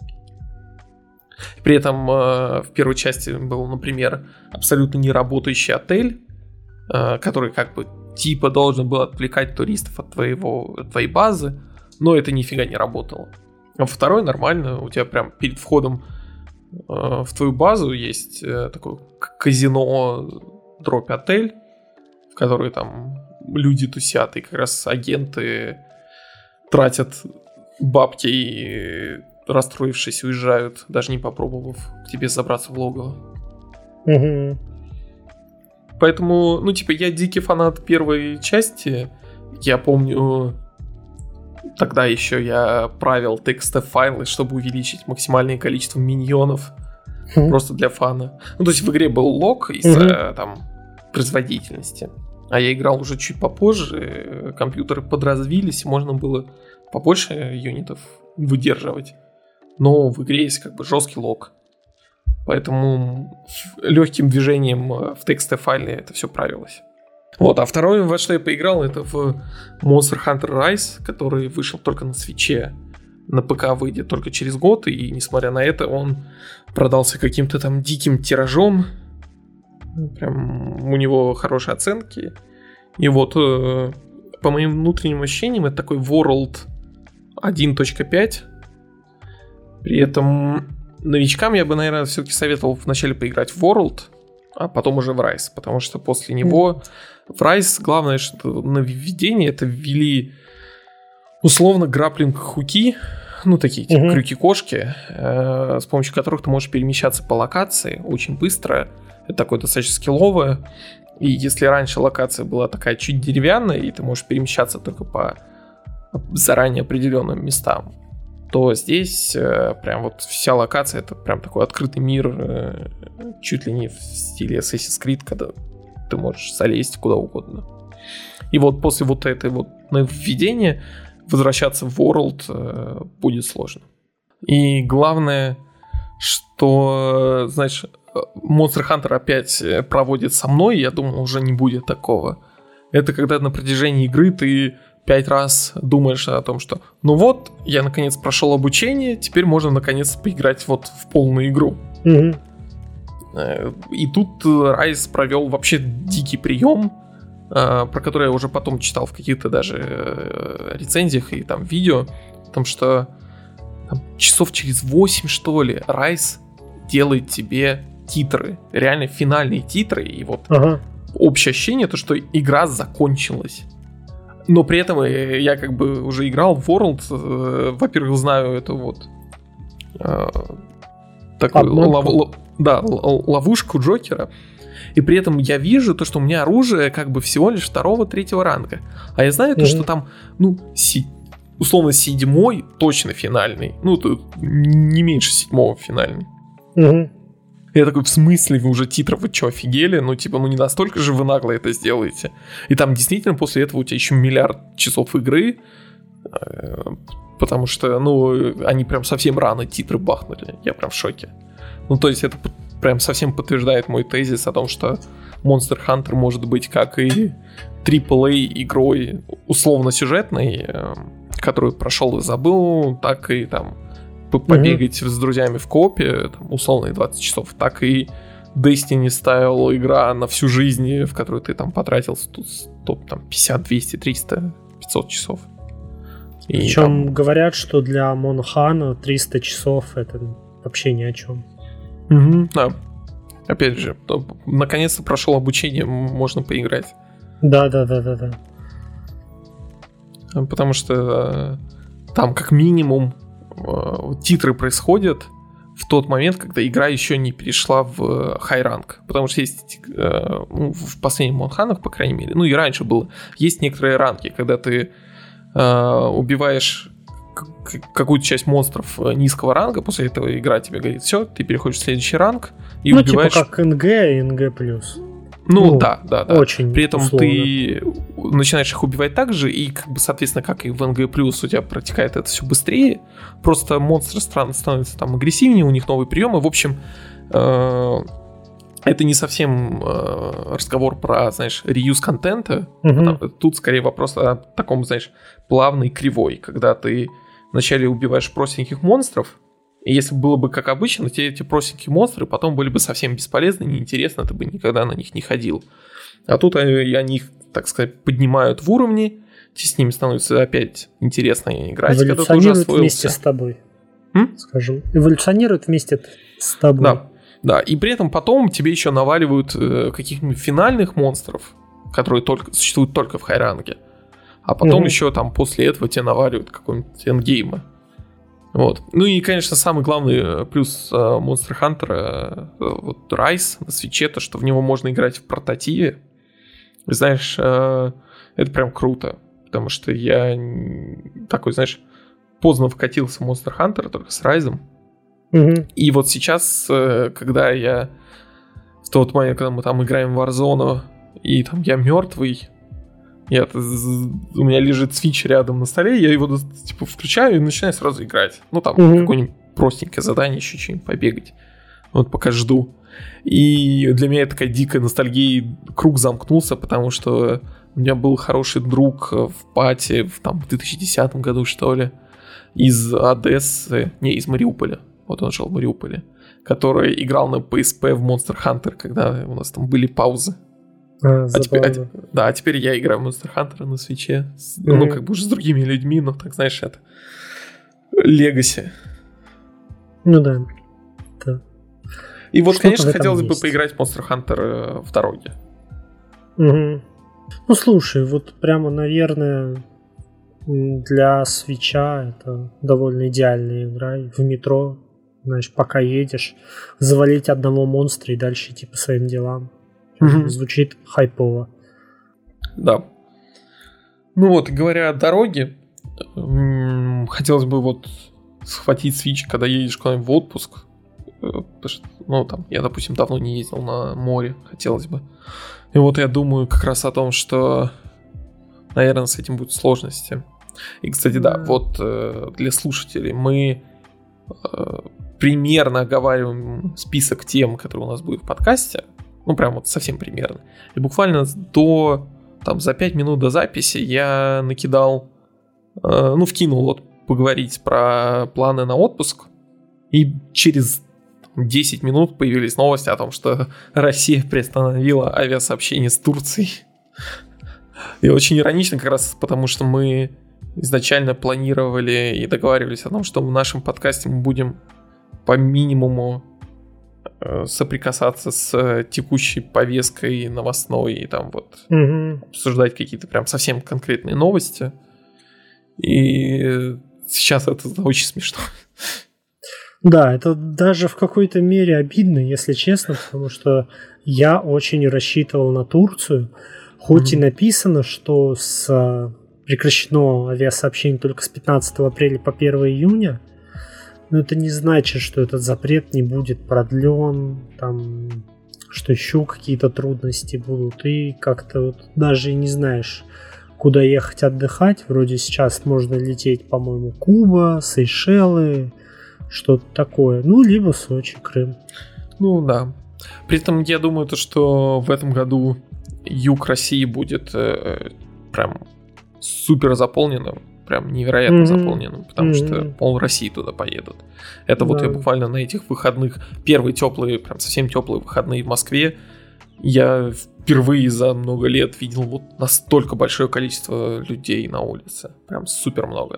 При этом э, в первой части был, например, абсолютно неработающий отель, э, который как бы типа должен был отвлекать туристов от, твоего, от твоей базы, но это нифига не работало. А второй нормально, у тебя прям перед входом э, в твою базу есть э, такой казино дробь отель, в который там люди тусят, и как раз агенты тратят бабки и... расстроившись, уезжают, даже не попробовав к тебе забраться в логово. Угу. Поэтому, ну, типа, я дикий фанат первой части. Я помню, тогда еще я правил текст-файлы, чтобы увеличить максимальное количество миньонов. Угу. Просто для фана. Ну, то есть в игре был лог из-за угу. там производительности. А я играл уже чуть попозже. Компьютеры подразвились, можно было побольше юнитов выдерживать. Но в игре есть как бы жесткий лог. Поэтому легким движением в текст-файле это все правилось. Вот, а второе, во что я поиграл, это в Monster Hunter Rise, который вышел только на Switch'е. на ПК выйдет только через год, и несмотря на это он продался каким-то там диким тиражом. Прям у него хорошие оценки. И вот по моим внутренним ощущениям это такой World один точка пять. При этом новичкам я бы, наверное, все-таки советовал вначале поиграть в World, а потом уже в Rise, потому что после него в Rise главное, что нововведение это ввели условно граплинг-хуки, ну такие типа uh-huh. крюки-кошки, э, с помощью которых ты можешь перемещаться по локации очень быстро. Это такое достаточно скилловое. И если раньше локация была такая чуть деревянная, и ты можешь перемещаться только по заранее определенным местам, то здесь э, прям вот вся локация это прям такой открытый мир, э, чуть ли не в стиле Assassin's Creed, когда ты можешь залезть куда угодно. И вот после вот этой вот нововведения возвращаться в World э, будет сложно. И главное, что, знаешь, Monster Hunter опять проводит со мной, я думал, уже не будет такого. Это когда на протяжении игры ты пять раз думаешь о том, что ну вот, я наконец прошел обучение, теперь можно наконец поиграть вот в полную игру. Mm-hmm. И тут Rise провел вообще дикий прием, про который я уже потом читал в каких-то даже рецензиях и там видео, о том, что там, часов через восемь, что ли, Rise делает тебе титры, реально финальные титры, и вот ага. общее ощущение, то, что игра закончилась. Но при этом я как бы уже играл в World, э, во-первых, знаю эту вот э, такую лов, лов, да, ловушку Джокера, и при этом я вижу то, что у меня оружие как бы всего лишь второго-третьего ранга, а я знаю mm-hmm. то, что там, ну, си, условно седьмой точно финальный, ну, тут не меньше седьмого финальный. Mm-hmm. Я такой, в смысле, вы уже титров, вы что, офигели? Ну, типа, ну не настолько же вы нагло это сделаете. И там действительно после этого у тебя еще миллиард часов игры, потому что, ну, они прям совсем рано титры бахнули. Я прям в шоке. Ну, то есть это прям совсем подтверждает мой тезис о том, что Monster Hunter может быть как и трипл эй игрой условно-сюжетной, которую прошел и забыл, так и там побегать mm-hmm. с друзьями в коопе, там, условные двадцать часов, так и Destiny стайл игра на всю жизнь, в которую ты там потратил сто, там, пятьдесят, двести, триста, пятьсот часов. И Причем там... говорят, что для Монхана триста часов это вообще ни о чем. Mm-hmm. Да. Опять же, наконец-то прошел обучение, можно поиграть. Да-да-да-да-да. Потому что там как минимум титры происходят в тот момент, когда игра еще не перешла в хай-ранг. Потому что есть ну, в последних Монханах, по крайней мере, ну и раньше было, есть некоторые ранги, когда ты э, убиваешь какую-то часть монстров низкого ранга, после этого игра тебе говорит, все, ты переходишь в следующий ранг и ну, убиваешь... типа как эн джи и эн джи плюс. Ну, ну да, да, да. Очень При этом условно. Ты начинаешь их убивать так же, и, как бы, соответственно, как и в эн джи плюс, у тебя протекает это все быстрее. Просто монстры стран становятся там агрессивнее, у них новые приемы. В общем, э- это не совсем э- разговор про, знаешь, реюз контента. Угу. Тут скорее вопрос о таком, знаешь, плавной кривой, когда ты вначале убиваешь простеньких монстров, и если было бы как обычно, те эти простенькие монстры потом были бы совсем бесполезны, неинтересно, ты бы никогда на них не ходил. А тут они, они их, так сказать, поднимают в уровне, с ними становится опять интересно играть, когда ты уже освоился. Вместе с тобой. М? Скажу. Эволюционируют вместе с тобой. Да, да, и при этом потом тебе еще наваливают э, каких-нибудь финальных монстров, которые только, существуют только в хайранге. А потом угу. еще там после этого тебе наваливают какого-нибудь эндгейма. Вот. Ну и, конечно, самый главный плюс э, Monster Hunter, э, вот Rise на свитче, то, что в него можно играть в портативе. Знаешь, э, это прям круто, потому что я такой, знаешь, поздно вкатился в Monster Hunter, только с Rise. Mm-hmm. И вот сейчас, э, когда я в тот момент, когда мы там играем в Warzone, и там я мертвый, Я, у меня лежит Switch рядом на столе, я его типа включаю и начинаю сразу играть. Ну там mm-hmm. какое-нибудь простенькое задание, еще что-нибудь побегать. Вот пока жду. И для меня такая дикая ностальгия, круг замкнулся, потому что у меня был хороший друг в пати в, там, в две тысячи десятом году, что ли. из Одессы, не, из Мариуполя, вот он жил в Мариуполе, который играл на пи эс пи в Monster Hunter, когда у нас там были паузы. А, а теперь, а, да, а теперь я играю в Monster Hunter на свитче, mm-hmm. ну, как бы уже с другими людьми, но так, знаешь, это Legacy. Ну да. да. И вот, что-то конечно, хотелось есть. бы поиграть в Monster Hunter в дороге. Угу. Ну, слушай, вот прямо, наверное, для свитча это довольно идеальная игра. В метро, знаешь, пока едешь, завалить одного монстра и дальше идти по своим делам. Угу. Звучит хайпово. Да. Ну вот, говоря о дороге, хотелось бы вот схватить свитч, когда едешь куда-нибудь в отпуск. Ну, там, я, допустим, давно не ездил на море, хотелось бы. И вот я думаю как раз о том, что, наверное, с этим будут сложности. И, кстати, да, mm. вот э, для слушателей мы э, примерно оговариваем список тем, которые у нас будут в подкасте. Ну, прям вот совсем примерно. И буквально до, там, за пять минут до записи я накидал, э, ну, вкинул вот поговорить про планы на отпуск. И через десять минут появились новости о том, что Россия приостановила авиасообщение с Турцией. И очень иронично как раз потому, что мы изначально планировали и договаривались о том, что в нашем подкасте мы будем по минимуму соприкасаться с текущей повесткой новостной и там вот угу. обсуждать какие-то прям совсем конкретные новости. И сейчас это очень смешно. Да, это даже в какой-то мере обидно, если честно, потому что я очень рассчитывал на Турцию, хоть mm-hmm. и написано, что с прекращено авиасообщение только с пятнадцатого апреля по первого июня, но это не значит, что этот запрет не будет продлен, там, что еще какие-то трудности будут, и как-то вот даже не знаешь, куда ехать отдыхать. Вроде сейчас можно лететь, по-моему, Куба, Сейшелы, что-то такое. Ну, либо Сочи, Крым. Ну, да. При этом я думаю, то, что в этом году юг России будет э, прям супер заполненным. Прям невероятно mm-hmm. заполненным. Потому mm-hmm. что пол России туда поедут. Это да. вот я буквально на этих выходных, первые теплые, прям совсем теплые выходные в Москве, я впервые за много лет видел вот настолько большое количество людей на улице. Прям супер много.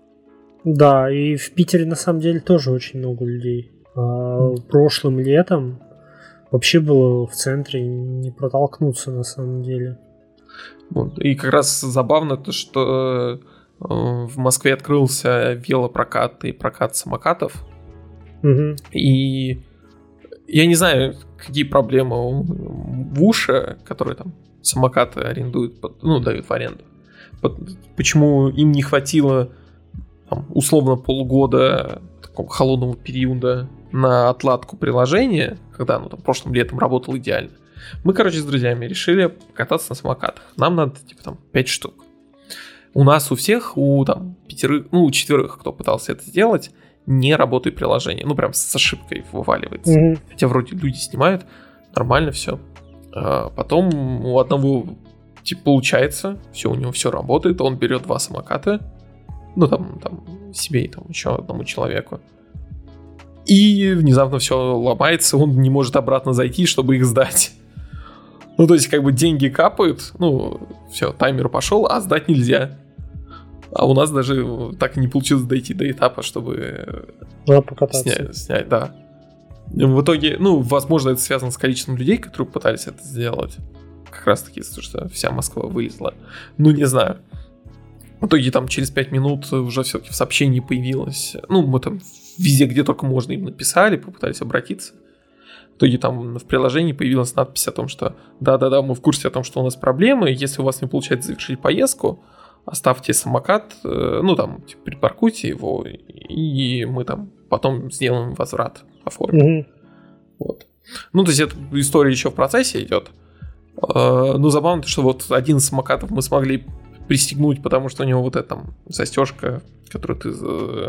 Да, и в Питере на самом деле тоже очень много людей. А прошлым летом вообще было в центре не протолкнуться на самом деле. Вот. И как раз забавно то, что э, в Москве открылся велопрокат и прокат самокатов. Угу. И я не знаю, какие проблемы в УША, которые там самокаты арендуют, ну, дают в аренду. Почему им не хватило там, условно полгода такого холодного периода на отладку приложения, когда оно там прошлым летом работало идеально. Мы, короче, с друзьями решили кататься на самокатах. Нам надо, типа, там, пять штук. У нас у всех, у там пятерых, ну, у четверых, кто пытался это сделать, не работает приложение. Ну, прям с ошибкой вываливается. Mm-hmm. Хотя вроде люди снимают, нормально все. А потом у одного, типа, получается, все, у него все работает, он берет два самоката, ну, там, там, себе и там еще одному человеку. И внезапно все ломается, он не может обратно зайти, чтобы их сдать. Ну, то есть, как бы деньги капают, ну, все, таймер пошел, а сдать нельзя. А у нас даже так и не получилось дойти до этапа, чтобы да, покататься. Снять, снять, да. В итоге, ну, возможно, это связано с количеством людей, которые пытались это сделать. Как раз таки, что вся Москва вылезла. Ну, не знаю. В итоге там через пять минут уже все-таки в сообщении появилось. Ну, мы там везде, где только можно, им написали, попытались обратиться. В итоге там в приложении появилась надпись о том, что да-да-да, мы в курсе о том, что у нас проблемы. Если у вас не получается завершить поездку, оставьте самокат, ну там, типа, припаркуйте его, и мы там потом сделаем возврат, оформим. Mm-hmm. Вот. Ну, то есть эта история еще в процессе идет. Ну, забавно, что вот один из самокатов мы смогли пристегнуть, потому что у него вот эта там застежка, которую ты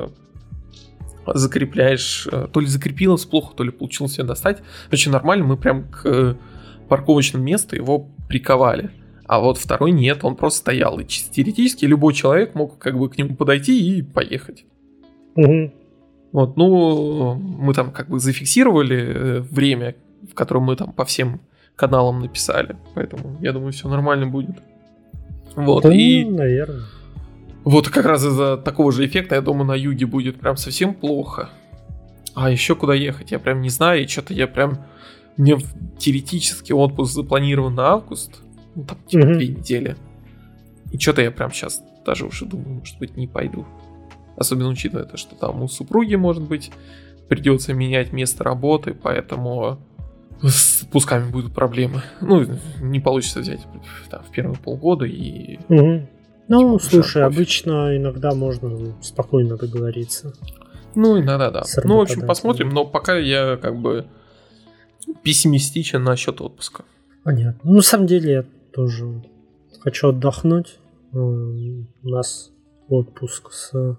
закрепляешь, то ли закрепилась плохо, то ли получилось ее достать. Очень нормально, мы прям к парковочному месту его приковали. А вот второй нет, он просто стоял. И теоретически любой человек мог как бы к нему подойти и поехать. Угу. Вот, ну, мы там как бы зафиксировали время, в котором мы там по всем каналам написали, поэтому я думаю, все нормально будет. Вот, да, и... наверное. Вот как раз из-за такого же эффекта, я думаю, на юге будет прям совсем плохо. А еще куда ехать, я прям не знаю, и что-то я прям... Мне теоретически отпуск запланирован на август, ну там типа mm-hmm. две недели. И что-то я прям сейчас даже уже думаю, может быть, не пойду. Особенно учитывая то, что там у супруги, может быть, придется менять место работы, поэтому с отпусками будут проблемы. Ну, не получится взять там, в первые полгода и... Mm-hmm. Ну, типа, слушай, обычно иногда можно спокойно договориться. Ну, иногда, да. Ну, в общем, посмотрим, но пока я как бы пессимистичен насчет отпуска. Понятно. Ну, на самом деле, я тоже хочу отдохнуть. У нас отпуск с...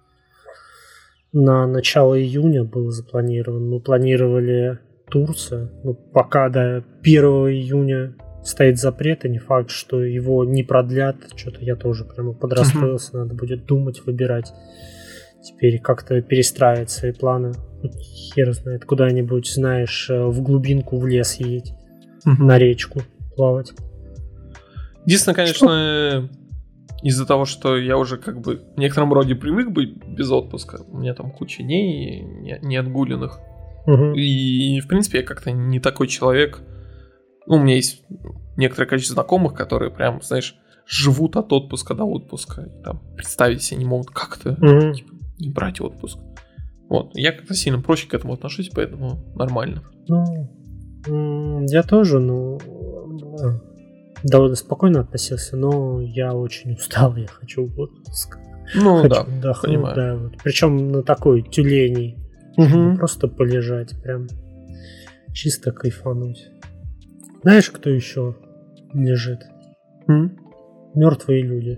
на начало июня был запланирован. Мы планировали Турцию. Ну, пока до первого июня стоит запрет, и не факт, что его не продлят. Что-то я тоже прямо подрастроился. Uh-huh. Надо будет думать, выбирать. Теперь как-то перестраивать свои планы. Хер знает, куда-нибудь, знаешь, в глубинку, в лес едь. Uh-huh. На речку плавать. Единственное, конечно, что? Из-за того, что я уже как бы в некотором роде привык быть без отпуска. У меня там куча дней не, не отгуленных. Uh-huh. И, в принципе, я как-то не такой человек. Ну, у меня есть некоторое количество знакомых, которые прям, знаешь, живут от отпуска до отпуска. И там представить себе не могут как-то mm-hmm. типа, не брать отпуск. Вот. Я как-то сильно проще к этому отношусь, поэтому нормально. Ну, я тоже, ну, довольно спокойно относился, но я очень устал, я хочу в отпуск. Ну, хочу да, отдохнуть, понимаю. Да, вот. Причем на такой тюленей. Mm-hmm. Просто полежать, прям чисто кайфануть. Знаешь, кто еще лежит? Mm? Мертвые люди.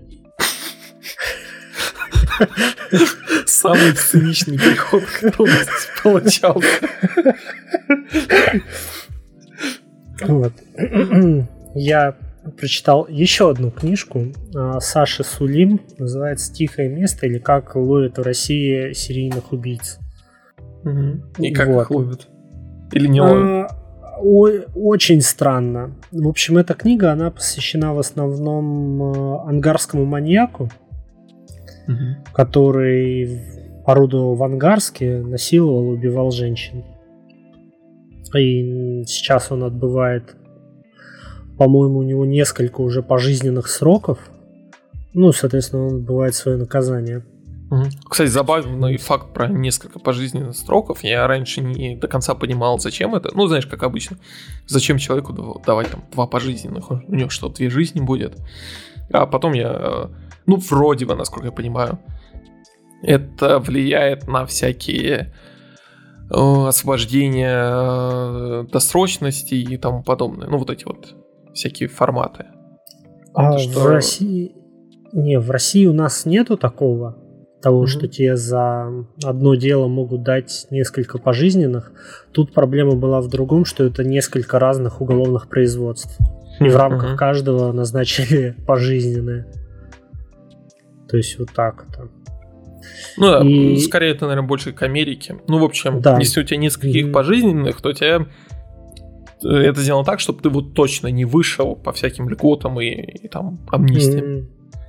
Самый циничный приход, который у нас получался. Вот. Я прочитал еще одну книжку Саши Сулим, называется «Тихое место» или «Как ловят в России серийных убийц». И как их ловят? Или не ловят? Очень странно. В общем, эта книга, она посвящена в основном ангарскому маньяку, угу. который орудовал в Ангарске, насиловал, убивал женщин. И сейчас он отбывает, по-моему, у него несколько уже пожизненных сроков. Ну, соответственно, он отбывает свое наказание. Кстати, забавный факт про несколько пожизненных сроков. Я раньше не до конца понимал, зачем это. Ну, знаешь, как обычно. Зачем человеку давать там два пожизненных? У него что, две жизни будет? А потом я... Ну, вроде бы, насколько я понимаю, это влияет на всякие освобождения досрочности и тому подобное. Ну, вот эти вот всякие форматы. А что... в России... Не, в России у нас нету такого. Того, mm-hmm. что тебе за одно дело могут дать несколько пожизненных. Тут проблема была в другом, что это несколько разных уголовных производств. И mm-hmm. в рамках каждого назначили пожизненное. То есть вот так это. Ну да, и... скорее это, наверное, больше к Америке. Ну, в общем, да. если у тебя нескольких mm-hmm. пожизненных, то тебя это сделано так, чтобы ты вот точно не вышел по всяким льготам и, и там амнистиям. Mm-hmm.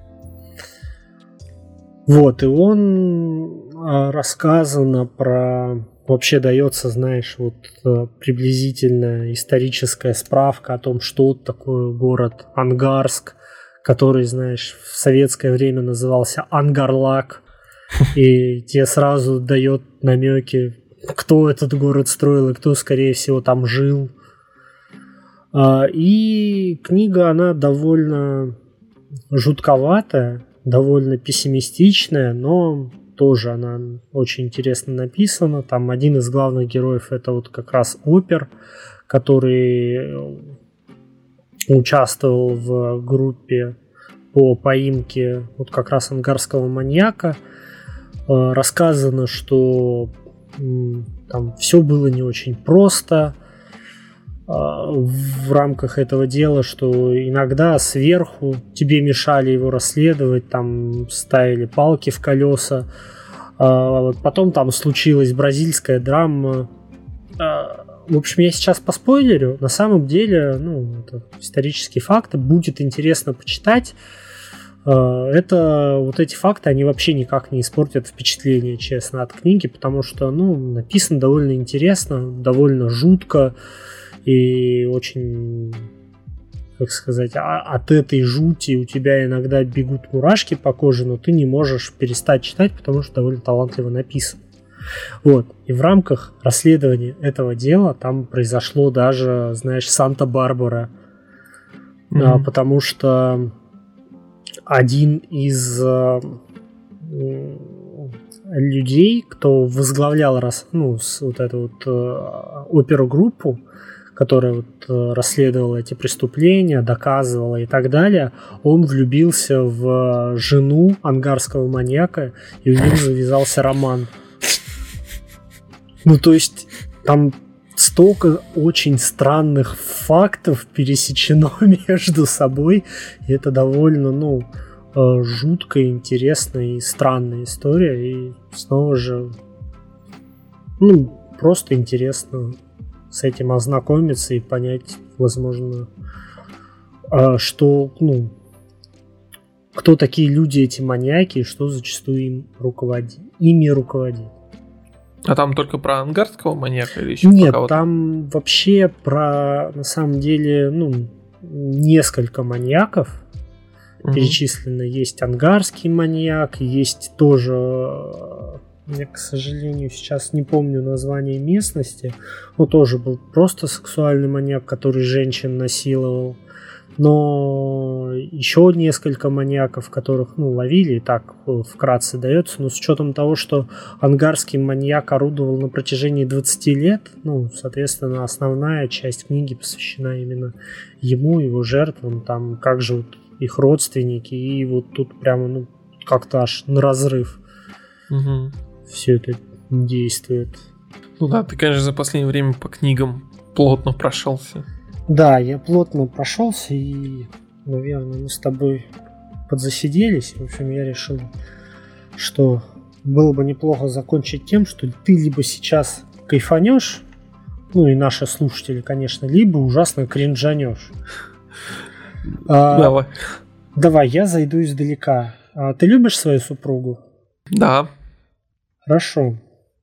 Вот, и он а, рассказано про... Вообще дается, знаешь, вот приблизительно историческая справка о том, что такое город Ангарск, который, знаешь, в советское время назывался Ангарлак, и тебе сразу дает намеки, кто этот город строил и кто, скорее всего, там жил. И книга, она довольно жутковатая, довольно пессимистичная, но тоже она очень интересно написана. Там один из главных героев — это вот как раз опер, который участвовал в группе по поимке вот как раз ангарского маньяка. Рассказано, что там все было не очень просто в рамках этого дела, что иногда сверху тебе мешали его расследовать, там ставили палки в колеса, Потом там случилась бразильская драма. В общем, я сейчас поспойлерю. На самом деле, ну, это исторические факты. Будет интересно почитать. Это вот эти факты, они вообще никак не испортят впечатление, честно, от книги, потому что, ну, написано довольно интересно, довольно жутко и очень, как сказать, от этой жути у тебя иногда бегут мурашки по коже, но ты не можешь перестать читать, потому что довольно талантливо написано. Вот. И в рамках расследования этого дела там произошло даже, знаешь, Санта-Барбара, mm-hmm. а, потому что один из э, людей, кто возглавлял рас, ну, с, вот эту вот э, оперу-группу, которая вот, э, расследовала эти преступления, доказывала и так далее, он влюбился в жену ангарского маньяка, и у них завязался роман. Ну, то есть, там столько очень странных фактов пересечено между собой, и это довольно, ну, жуткая, интересная и странная история, и снова же, ну, просто интересно с этим ознакомиться и понять, возможно, что, ну, кто такие люди, эти маньяки, и что зачастую им руководит, ими руководит. А там только про ангарского маньяка или еще Нет, про кого-то? Там вообще про, на самом деле, ну, несколько маньяков mm-hmm. перечислено. Есть ангарский маньяк, есть тоже, я, к сожалению, сейчас не помню название местности, но тоже был просто сексуальный маньяк, который женщин насиловал. Но еще несколько маньяков, которых, ну, ловили, и так вкратце дается, но с учетом того, что ангарский маньяк орудовал на протяжении двадцати лет, ну, соответственно, основная часть книги посвящена именно ему, его жертвам, там, как живут их родственники, и вот тут прямо, ну, как-то аж на разрыв угу. все это действует. Ну да, ты, конечно, за последнее время по книгам плотно прошелся. Да, я плотно прошелся, и, наверное, мы с тобой подзасиделись. В общем, я решил, что было бы неплохо закончить тем, что ты либо сейчас кайфанешь, ну и наши слушатели, конечно, либо ужасно кринжанешь. Давай. А, давай, я зайду издалека. А, ты любишь свою супругу? Да. Хорошо.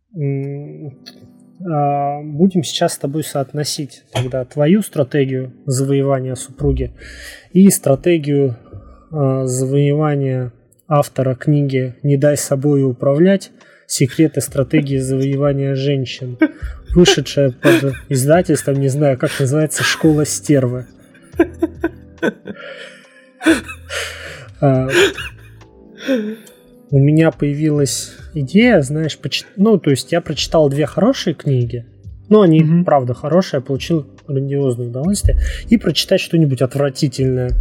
Будем сейчас с тобой соотносить тогда твою стратегию завоевания супруги и стратегию э, завоевания автора книги «Не дай собой управлять. Секреты стратегии завоевания женщин», вышедшая под издательством, не знаю, как называется, «Школа стервы». У меня появилась идея, знаешь, поч... ну, то есть я прочитал две хорошие книги, но они, mm-hmm. правда, хорошие, я получил грандиозное удовольствие, и прочитать что-нибудь отвратительное.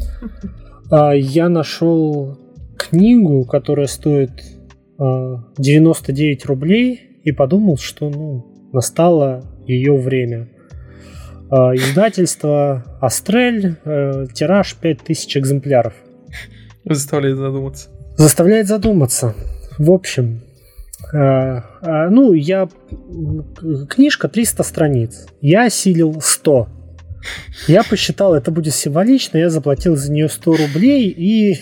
Я нашел книгу, которая стоит девяносто девять рублей, и подумал, что, ну, настало ее время. Издательство «Астрель», тираж пять тысяч экземпляров. Заставляет задуматься. Заставляет задуматься. В общем, э, э, ну, я... Книжка триста страниц. Я осилил сто. Я посчитал, это будет символично. Я заплатил за нее сто рублей. И,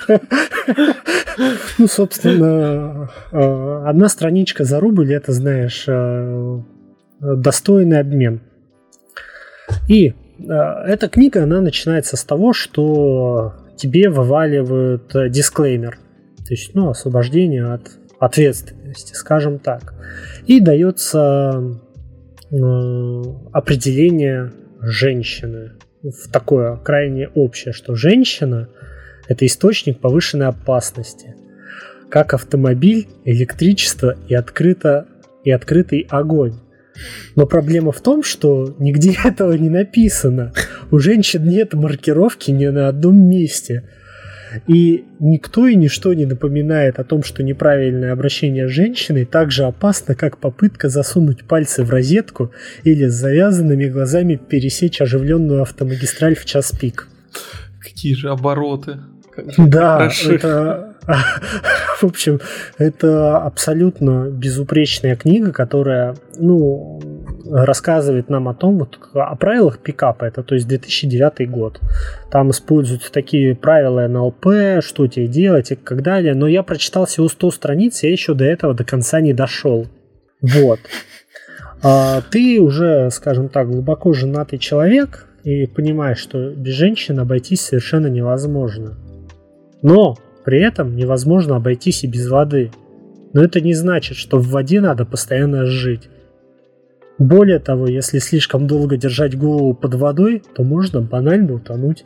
ну, собственно, одна страничка за рубль, это, знаешь, достойный обмен. И эта книга, она начинается с того, что тебе вываливают дисклеймер. То есть, ну, освобождение от ответственности, скажем так. И дается э, определение женщины в такое крайне общее, что женщина – это источник повышенной опасности, как автомобиль, электричество и, открыто, и открытый огонь. Но проблема в том, что нигде этого не написано. У женщин нет маркировки ни на одном месте. И никто и ничто не напоминает о том, что неправильное обращение с женщиной так же опасно, как попытка засунуть пальцы в розетку или с завязанными глазами пересечь оживленную автомагистраль в час пик. Какие же обороты. Да, это, В общем, это абсолютно безупречная книга, которая, ну, рассказывает нам о том, вот, о правилах пикапа. Это, то есть, две тысячи девятый год. Там используются такие правила эн эл пэ, что тебе делать и как далее. Но я прочитал всего сто страниц, я еще до этого до конца не дошел. Вот. А ты уже, скажем так, глубоко женатый человек и понимаешь, что без женщин обойтись совершенно невозможно. Но при этом невозможно обойтись и без воды. Но это не значит, что в воде надо постоянно жить. Более того, если слишком долго держать голову под водой, то можно банально утонуть.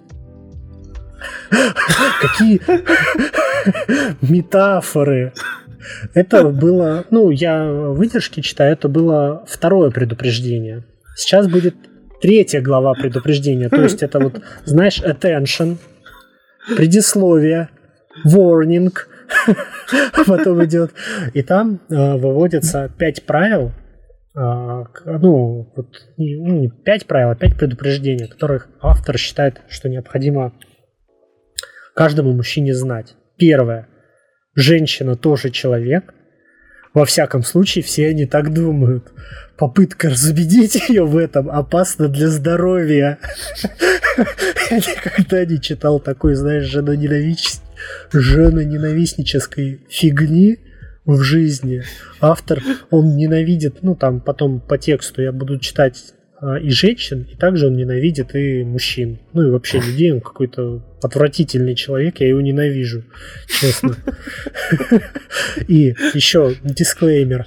Какие метафоры! Это было, ну, я выдержки читаю, это было второе предупреждение. Сейчас будет третья глава предупреждения. То есть это вот, знаешь, attention, предисловие, warning, потом идет. И там э, выводятся пять правил, э, ну, вот, не, ну, не пять правил, а пять предупреждений, которых автор считает, что необходимо каждому мужчине знать. Первое. Женщина тоже человек. Во всяком случае, все они так думают. Попытка разубедить ее в этом опасна для здоровья. Я никогда не читал такой, знаешь, женоненавис... женоненавистнической фигни в жизни. Автор, он ненавидит, ну там потом по тексту я буду читать а, и женщин, и также он ненавидит и мужчин. Ну и вообще людей, он какой-то отвратительный человек, я его ненавижу, честно. И еще дисклеймер.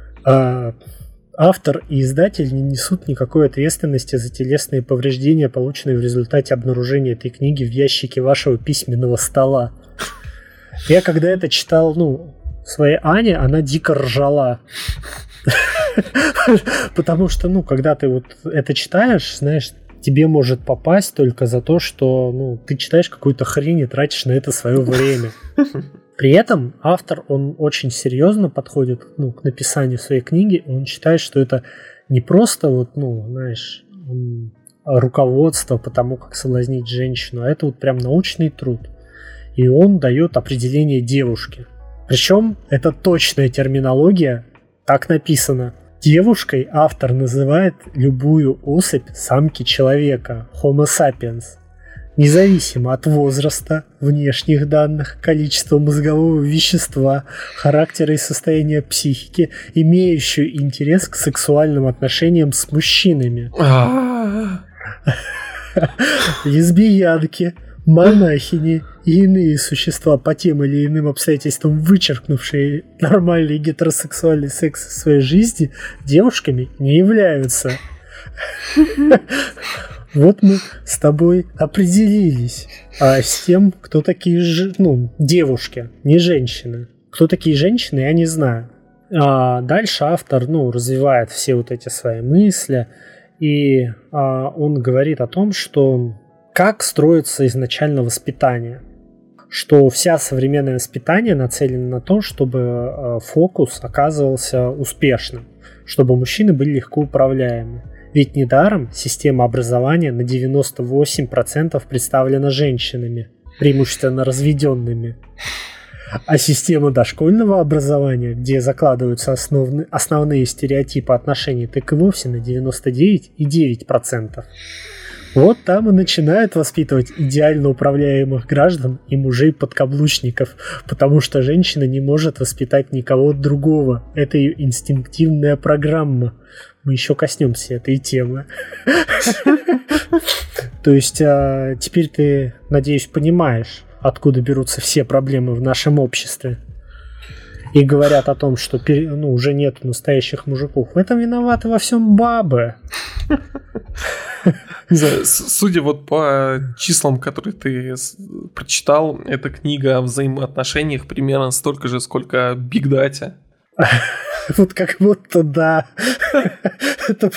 Автор и издатель не несут никакой ответственности за телесные повреждения, полученные в результате обнаружения этой книги в ящике вашего письменного стола. Я когда это читал, ну, своей Ане, она дико ржала. Потому что, ну, когда ты вот это читаешь, знаешь, тебе может попасть только за то, что, ну, ты читаешь какую-то хрень и тратишь на это свое время. При этом автор, он очень серьезно подходит, ну, к написанию своей книги. Он считает, что это не просто вот, ну, знаешь, руководство по тому, как соблазнить женщину, а это вот прям научный труд. И он дает определение девушки. Причем это точная терминология, так написано. Девушкой автор называет любую особь самки человека, Homo sapiens. Независимо от возраста, внешних данных, количества мозгового вещества, характера и состояния психики, имеющую интерес к сексуальным отношениям с мужчинами. Лесбиянки, монахини и иные существа, по тем или иным обстоятельствам вычеркнувшие нормальный гетеросексуальный секс в своей жизни, девушками не являются. Вот мы с тобой определились а, с тем, кто такие ж... ну, девушки, не женщины. Кто такие женщины, я не знаю. А дальше автор, ну, развивает все вот эти свои мысли, и а, он говорит о том, что как строится изначально воспитание. Что вся современное воспитание нацелено на то, чтобы а, фокус оказывался успешным, чтобы мужчины были легко управляемы. Ведь недаром система образования на девяносто восемь процентов представлена женщинами, преимущественно разведенными. А система дошкольного образования, где закладываются основны, основные стереотипы отношений, так и вовсе на девяносто девять целых девять десятых процента. Вот там и начинают воспитывать идеально управляемых граждан и мужей-подкаблучников, потому что женщина не может воспитать никого другого. Это ее инстинктивная программа. Мы еще коснемся этой темы. То есть теперь ты, надеюсь, понимаешь, откуда берутся все проблемы в нашем обществе. И говорят о том, что ну, уже нет настоящих мужиков. В этом виноваты во всем бабы. Не знаю, судя вот по числам, которые ты прочитал, эта книга о взаимоотношениях примерно столько же, сколько Big Data. Вот как будто да. Это...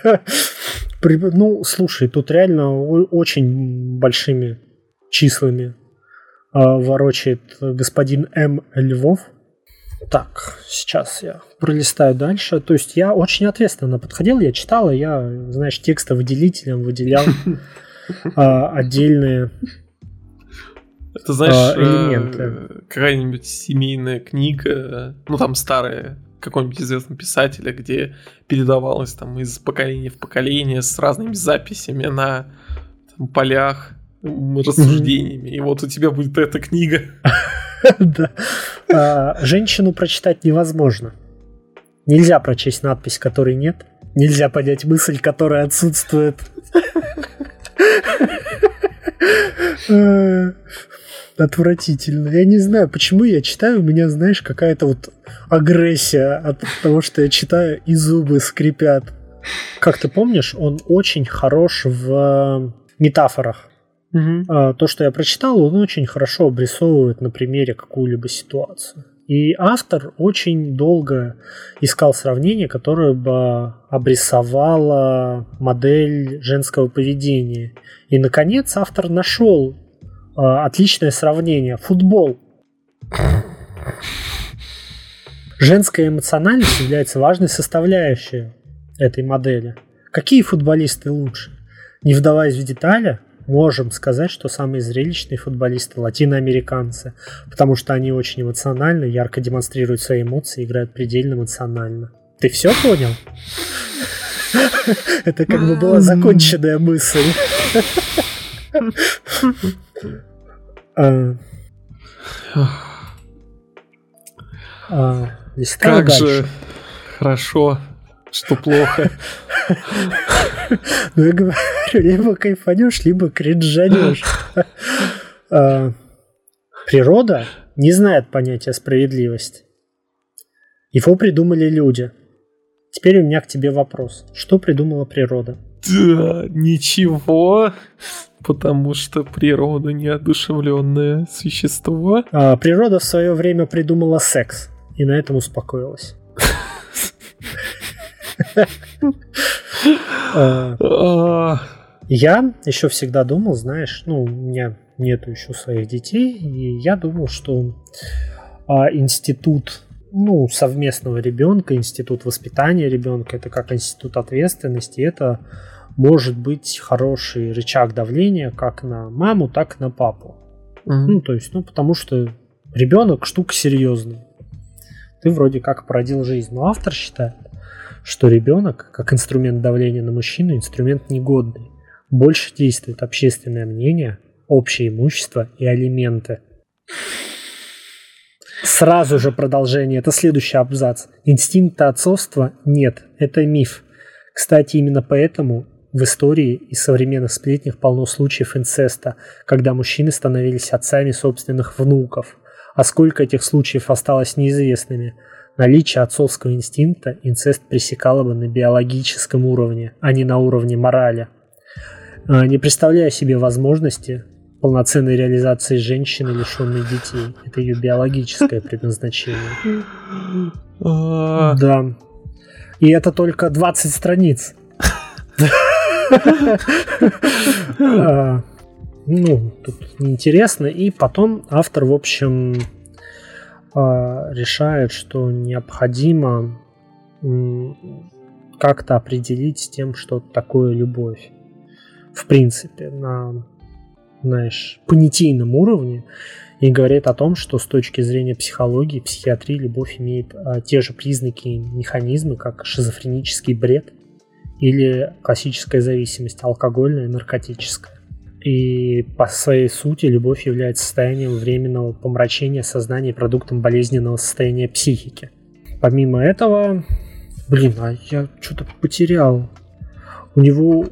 Ну, слушай, тут реально очень большими числами ворочает господин М. Львов. Так, сейчас я пролистаю дальше. То есть я очень ответственно подходил, я читал, я, знаешь, текстовыделителем выделял а, отдельные Это, знаешь, элементы. Какая-нибудь семейная книга, ну там старая, какого-нибудь известного писателя, где передавалось там из поколения в поколение с разными записями на там, полях, рассуждениями. И вот у тебя будет эта книга. Да. Женщину прочитать невозможно. Нельзя прочесть надпись, которой нет. Нельзя понять мысль, которая отсутствует. Отвратительно. Я не знаю, почему я читаю, у меня, знаешь, какая-то вот агрессия от того, что я читаю, и зубы скрипят. Как ты помнишь, он очень хорош в метафорах. Угу. То, что я прочитал, он очень хорошо обрисовывает на примере какую-либо ситуацию. И автор очень долго искал сравнение, которое бы обрисовало модель женского поведения. И, наконец, автор нашел э, отличное сравнение. Футбол. Женская эмоциональность является важной составляющей этой модели. Какие футболисты лучше? Не вдаваясь в детали, можем сказать, что самые зрелищные футболисты – латиноамериканцы, потому что они очень эмоционально, ярко демонстрируют свои эмоции и играют предельно эмоционально. Ты все понял? Это как бы была законченная мысль. Как же хорошо, что плохо. Ну, я говорю, либо кайфанешь, либо кринжанешь. Природа не знает понятия справедливости. Его придумали люди. Теперь у меня к тебе вопрос. Что придумала природа? Да, ничего, потому что природа неодушевленное существо. А, природа в свое время придумала секс, и на этом успокоилась. Я еще всегда думал, знаешь, ну, у меня нету еще своих детей, и я думал, что институт, ну, совместного ребенка, институт воспитания ребенка, это как институт ответственности, это может быть хороший рычаг давления как на маму, так и на папу. Mm-hmm. Ну, то есть, ну, потому что ребенок штука серьезная. Ты вроде как породил жизнь, но автор считает, что ребенок, как инструмент давления на мужчину, инструмент негодный. Больше действует общественное мнение, общее имущество и алименты. Сразу же продолжение. Это следующий абзац. Инстинкта отцовства нет. Это миф. Кстати, именно поэтому в истории и современных сплетнях полно случаев инцеста, когда мужчины становились отцами собственных внуков. А сколько этих случаев осталось неизвестными. Наличие отцовского инстинкта инцест пресекало бы на биологическом уровне, а не на уровне морали. Не представляю себе возможности полноценной реализации женщины, лишенной детей. Это ее биологическое предназначение. Да. И это только двадцать страниц. Ну, тут неинтересно. И потом автор, в общем, решает, что необходимо как-то определить с тем, что такое любовь. В принципе, на, знаешь, понятийном уровне, и говорит о том, что с точки зрения психологии, психиатрии, любовь имеет а, те же признаки и механизмы, как шизофренический бред или классическая зависимость, алкогольная и наркотическая. И по своей сути любовь является состоянием временного помрачения сознания и продуктом болезненного состояния психики. Помимо этого, блин, а я что-то потерял. У него...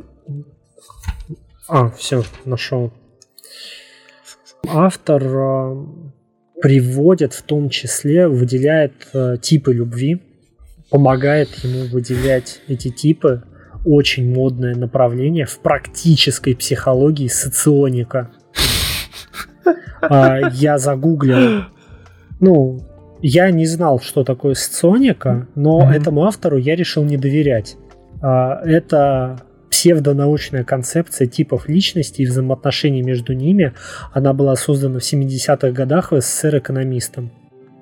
А, все, нашел. Автор э, приводит, в том числе, выделяет э, типы любви, помогает ему выделять эти типы. Очень модное направление в практической психологии соционика. э, я загуглил. Ну, я не знал, что такое соционика, но mm-hmm. этому автору я решил не доверять. Э, это... псевдонаучная концепция типов личности и взаимоотношений между ними. Она была создана в семидесятых годах в СССР экономистом.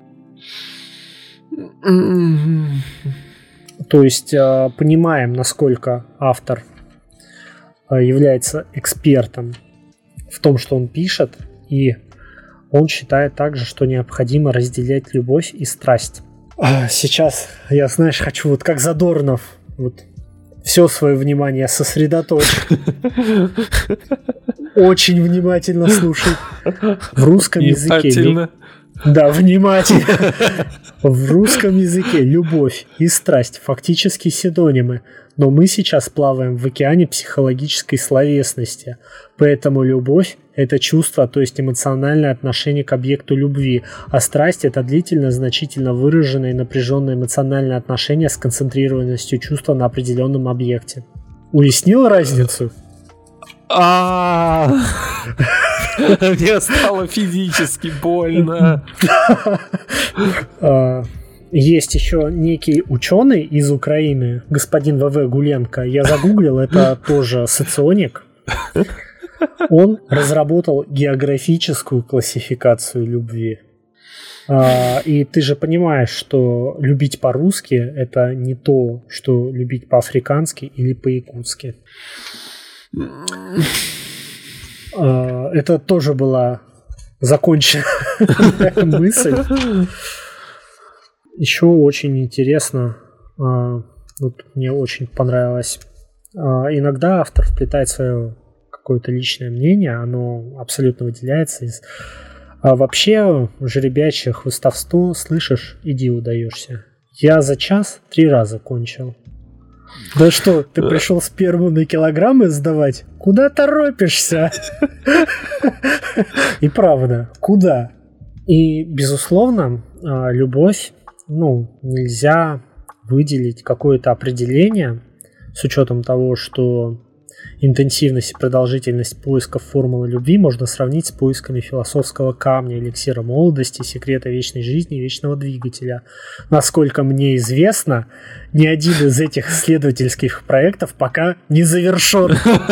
Mm-hmm. То есть понимаем, насколько автор является экспертом в том, что он пишет, и Он считает также, что необходимо разделять любовь и страсть. А сейчас я, знаешь, хочу вот как Задорнов вот все свое внимание сосредоточить. Очень внимательно слушай. В русском языке... Да, внимательно. В русском языке любовь и страсть фактически синонимы, но мы сейчас плаваем в океане психологической словесности, поэтому любовь – это чувство, то есть эмоциональное отношение к объекту любви, а страсть – это длительно, значительно выраженное и напряженное эмоциональное отношение с концентрированностью чувства на определенном объекте. Уяснил разницу? А мне стало физически больно. Есть еще некий ученый из Украины, господин ВВ Гуленко. Я загуглил, это тоже соционик. Он разработал географическую классификацию любви. И ты же понимаешь, что любить по-русски – это не то, что любить по-африкански или по-якутски. Это тоже была законченная мысль. Еще очень интересно, вот мне очень понравилось, иногда автор вплетает свое какое-то личное мнение, оно абсолютно выделяется из... А вообще, жеребячее хвостовство, слышишь, иди удаешься. Я за час три раза кончил. Да что, ты пришел сперму на килограммы сдавать? Куда торопишься? И правда, куда? И, безусловно, любовь, ну, нельзя выделить какое-то определение с учетом того, что интенсивность и продолжительность поисков формулы любви можно сравнить с поисками философского камня, эликсира молодости, секрета вечной жизни и вечного двигателя. Насколько мне известно, ни один из этих исследовательских проектов пока не завершен.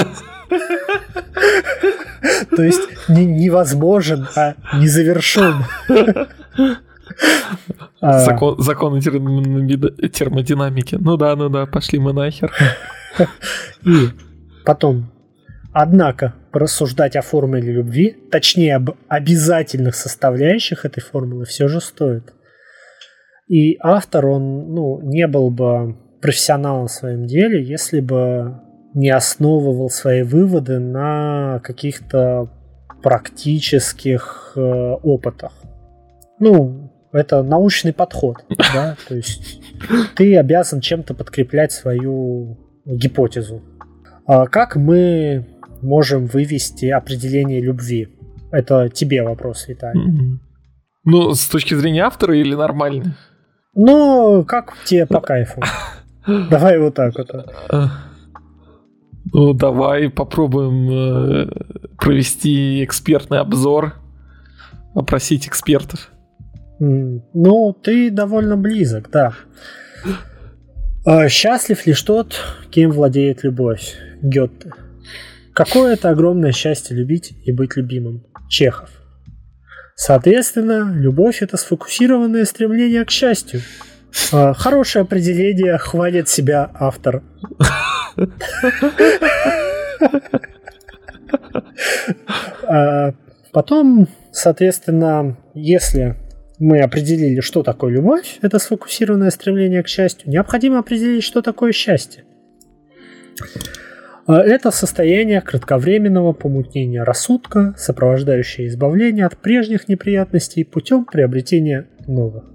То есть невозможен, а не завершен. Закон, законы термодинамики. Ну да, ну да, пошли мы нахер. И потом, однако, порассуждать о формуле любви, точнее об обязательных составляющих этой формулы, все же стоит. И автор, он ну, не был бы профессионалом в своем деле, если бы не основывал свои выводы на каких-то практических э, опытах. Ну, это научный подход, да, то есть ты обязан чем-то подкреплять свою гипотезу. А как мы можем вывести определение любви? Это тебе вопрос, Виталий. Mm-hmm. Ну, с точки зрения автора или нормально? Ну, как тебе по кайфу? Давай вот так вот. Ну, давай попробуем провести экспертный обзор, опросить экспертов. Ну, ты довольно близок, да. Счастлив лишь тот, кем владеет любовь. Гёте. Какое это огромное счастье любить и быть любимым. Чехов. Соответственно, любовь – это сфокусированное стремление к счастью. Хорошее определение, хвалит себя автор. Потом, соответственно, если мы определили, что такое любовь, это сфокусированное стремление к счастью, необходимо определить, что такое счастье. Это состояние кратковременного помутнения рассудка, сопровождающее избавление от прежних неприятностей путем приобретения новых.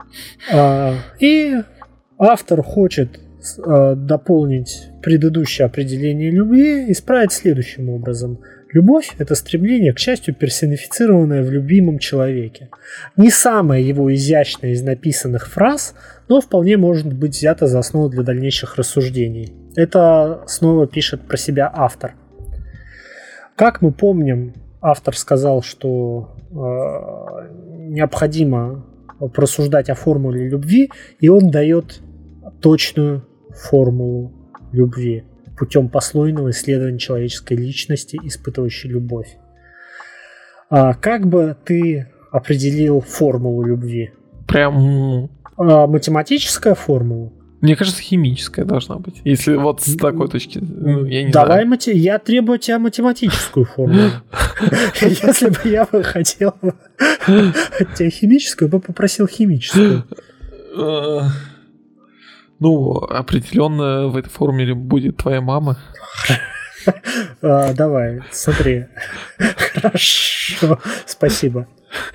И автор хочет дополнить предыдущее определение любви и исправить следующим образом. Любовь – это стремление к счастью, персонифицированное в любимом человеке. Не самое его изящное из написанных фраз, но вполне может быть взято за основу для дальнейших рассуждений. Это снова пишет про себя автор. Как мы помним, автор сказал, что э, необходимо просуждать о формуле любви, и он дает точную формулу любви путем послойного исследования человеческой личности, испытывающей любовь. А как бы ты определил формулу любви? Прям... А математическая формула? Мне кажется, химическая должна быть. Если вот с такой точки, ну, я не Давай знаю. Мати... я требую от тебя математическую формулу. Если бы я бы хотел от тебя химическую, бы попросил химическую. Ну, определенно в этой формуле будет твоя мама. А, давай, смотри. Хорошо, спасибо.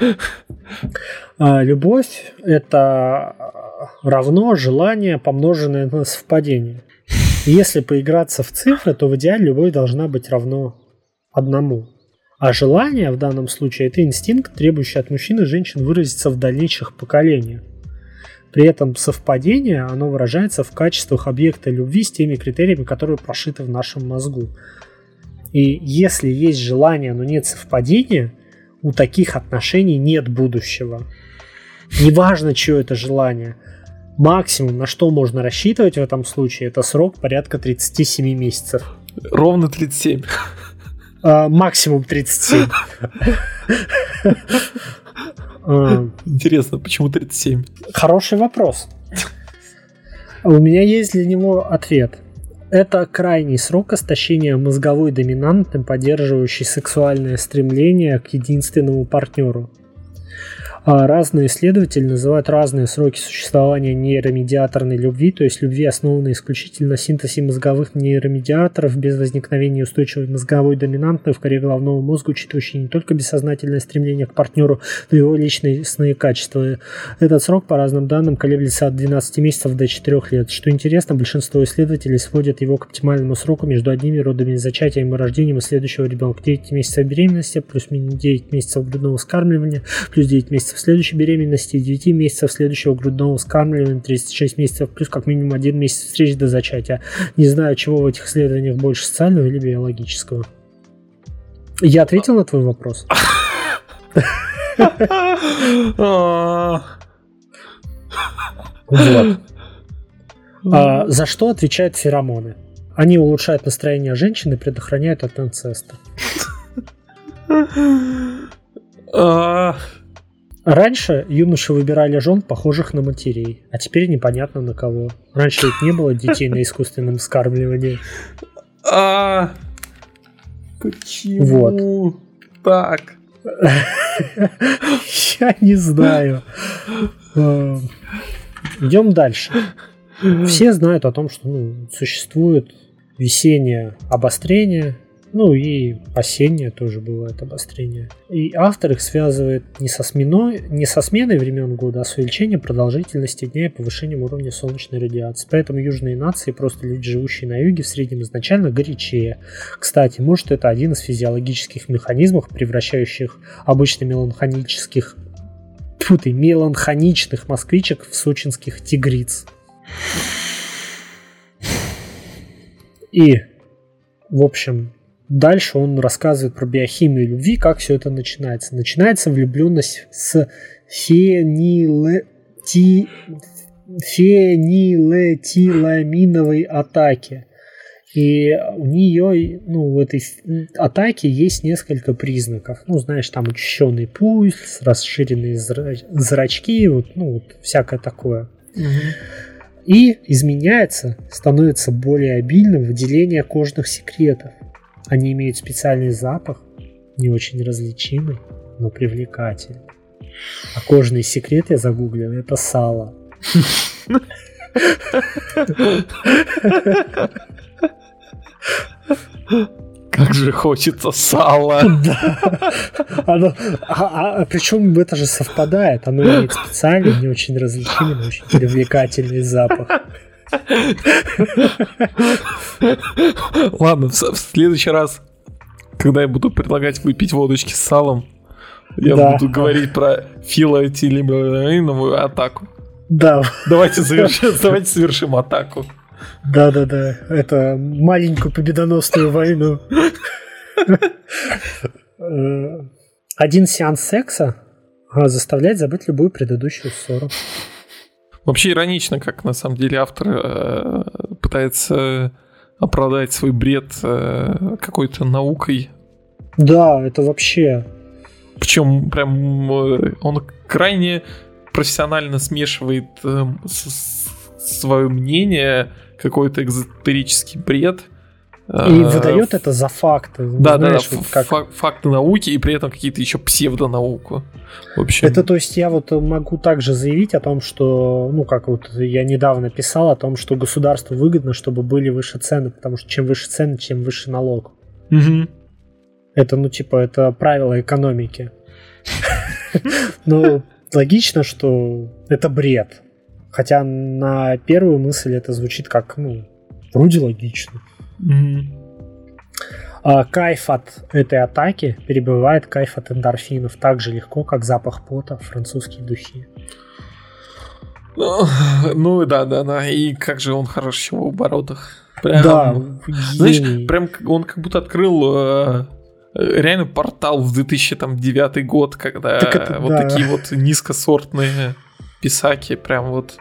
А, любовь – это равно желание, помноженное на совпадение. Если поиграться в цифры, то в идеале любовь должна быть равно одному. А желание в данном случае – это инстинкт, требующий от мужчин и женщин выразиться в дальнейших поколениях. При этом совпадение, оно выражается в качествах объекта любви с теми критериями, которые прошиты в нашем мозгу. И если есть желание, но нет совпадения, у таких отношений нет будущего. Неважно, чье это желание. Максимум, на что можно рассчитывать в этом случае, это срок порядка тридцать семь месяцев. Ровно тридцать семь. А, максимум тридцать семь. Интересно, почему тридцать семь? Хороший вопрос. У меня есть для него ответ. Это крайний срок истощения мозговой доминанты, поддерживающей сексуальное стремление к единственному партнеру. Разные исследователи называют разные сроки существования нейромедиаторной любви, то есть любви, основанной исключительно на синтезе мозговых нейромедиаторов без возникновения устойчивой мозговой доминанты в коре головного мозга, учитывающей не только бессознательное стремление к партнеру, но и его личностные качества. Этот срок, по разным данным, колеблется от двенадцати месяцев до четырёх лет. Что интересно, большинство исследователей сводят его к оптимальному сроку между одними родами зачатием и рождением и следующего ребенка. девять месяцев беременности, плюс минус девять месяцев грудного вскармливания, плюс девять месяцев следующей беременности, девять месяцев следующего грудного вскармливания, тридцать шесть месяцев, плюс как минимум один месяц встреч до зачатия. Не знаю, чего в этих исследованиях больше, социального или биологического. Я ответил на твой вопрос? Вот. А, за что отвечают феромоны? Они улучшают настроение женщины и предохраняют от инцеста. Раньше юноши выбирали жен, похожих на матерей, а теперь непонятно на кого. Раньше ведь не было детей на искусственном вскармливании. А почему так? Я не знаю. Идем дальше. Все знают о том, что ну, существует весеннее обострение, ну и осеннее тоже бывает обострение. И автор их связывает не со сменой, не со сменой времен года, а с увеличением продолжительности дня и повышением уровня солнечной радиации. Поэтому южные нации, просто люди, живущие на юге, в среднем изначально горячее. Кстати, может, это один из физиологических механизмов, превращающих обычно меланхонических, тьфу ты, меланхоничных москвичек в сочинских тигриц. И, в общем, дальше он рассказывает про биохимию любви, как все это начинается. Начинается влюбленность с фенилети... фенилетиламиновой атаки. И у нее, ну, в этой атаке есть несколько признаков. Ну, знаешь, там учащенный пульс, расширенные зрачки, вот, ну, вот всякое такое. Угу. И изменяется, становится более обильным выделение кожных секретов. Они имеют специальный запах, не очень различимый, но привлекательный. А кожный секрет, я загуглил, это сало. Как же хочется сала. Да. Оно, а, а, причем это же совпадает. Оно имеет специальный, не очень различимый, но очень привлекательный запах. Ладно, в, в следующий раз, когда я буду предлагать выпить водочки с салом, я да. буду говорить про филоэтиламиновую атаку. Да. Давайте завершим, давайте совершим атаку. Да-да-да, это маленькую победоносную войну. Один сеанс секса заставляет забыть любую предыдущую ссору. Вообще иронично, как на самом деле автор э, пытается оправдать свой бред э, какой-то наукой. Да, это вообще... Причем прям э, он крайне профессионально смешивает э, с, свое мнение, какой-то экзотерический бред. И выдает это за факты. Да, знаешь, да, вот как... фак- факты науки и при этом какие-то еще псевдонауку. В общем... Это, то есть, я вот могу также заявить о том, что, ну, как вот я недавно писал о том, что государству выгодно, чтобы были выше цены, потому что чем выше цены, тем выше налог. Угу. Это, ну, типа, это правило экономики. Ну, логично, что это бред. Хотя на первую мысль это звучит как, ну, вроде логично. Mm-hmm. А кайф от этой атаки перебивает кайф от эндорфинов так же легко, как запах пота, французские духи. Ну да, да, да. И как же он хорош еще в оборотах. Прям, да, знаешь, прям он как будто открыл э, реально портал в две тысячи девятый год, когда так это, вот да. такие вот низкосортные писаки, прям вот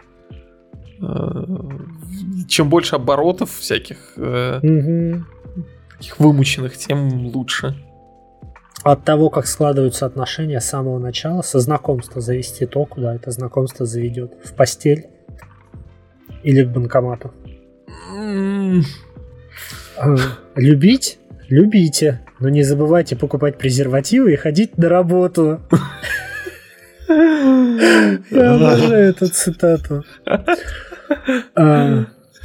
чем больше оборотов всяких угу. таких вымученных, тем лучше. От того, как складываются отношения с самого начала, со знакомства зависит то, куда это знакомство заведет. В постель или к банкомату. Mm. Любить? Любите. Но не забывайте покупать презервативы и ходить на работу. Я обожаю эту цитату. А,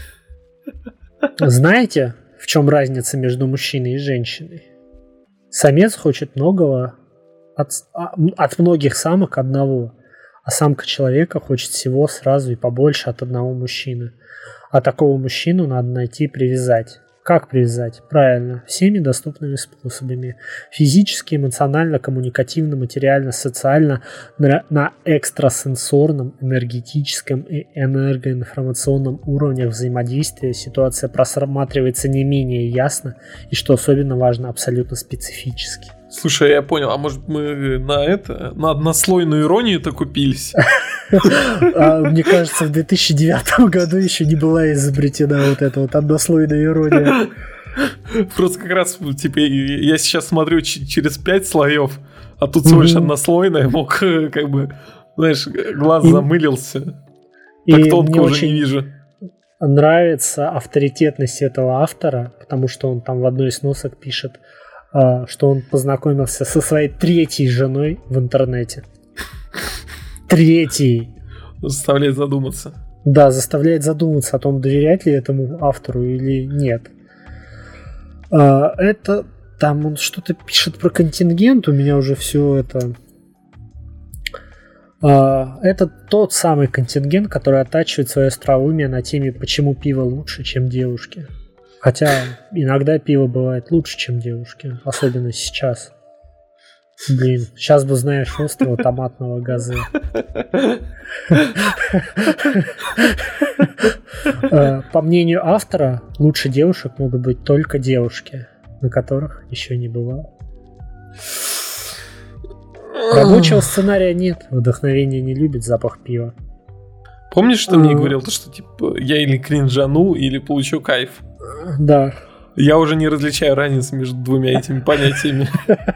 знаете, в чем разница между мужчиной и женщиной? Самец хочет многого от, от многих самок одного, а самка человека хочет всего сразу и побольше от одного мужчины. А такого мужчину надо найти и привязать. Как привязать? Правильно, всеми доступными способами. Физически, эмоционально, коммуникативно, материально, социально, на, на экстрасенсорном, энергетическом и энергоинформационном уровнях взаимодействия ситуация просматривается не менее ясно и, что особенно важно, абсолютно специфически. Слушай, я понял, а может мы на это, на однослойную иронию-то купились? Мне кажется, в две тысячи девятом году еще не была изобретена вот эта вот однослойная ирония. Просто как раз, типа, я сейчас смотрю через пять слоев, а тут всего лишь однослойная, мог, как бы, знаешь, глаз замылился. Так тонко уже не вижу. Нравится авторитетность этого автора, потому что он там в одной из сносок пишет, что он познакомился со своей третьей женой в интернете. Третий. Заставляет задуматься. Да, заставляет задуматься о том, доверять ли этому автору или нет. А, это там он что-то пишет про контингент, у меня уже все это... А, это тот самый контингент, который оттачивает свое остроумие на теме, почему пиво лучше, чем девушки. Хотя иногда пиво бывает лучше, чем девушки, особенно сейчас. Блин, сейчас бы знаешь острого томатного газа. По мнению автора, лучше девушек могут быть только девушки, на которых еще не бывало. Рабочего сценария нет, вдохновение не любит, запах пива. Помнишь, ты мне говорил, что типа я или кринжану, или получу кайф? Да. Я уже не различаю разницу между двумя этими понятиями.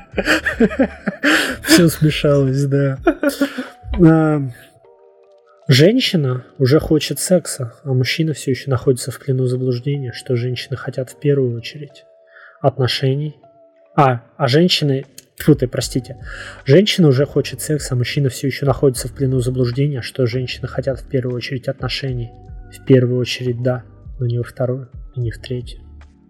Все смешалось, да. Женщина уже хочет секса, а мужчина все еще находится в плену заблуждения, что женщины хотят в первую очередь отношений. А, а женщины... Фу ты, простите. Женщина уже хочет секса, а мужчина все еще находится в плену заблуждения, что женщины хотят в первую очередь отношений. В первую очередь, да, но не во вторую и не в третью.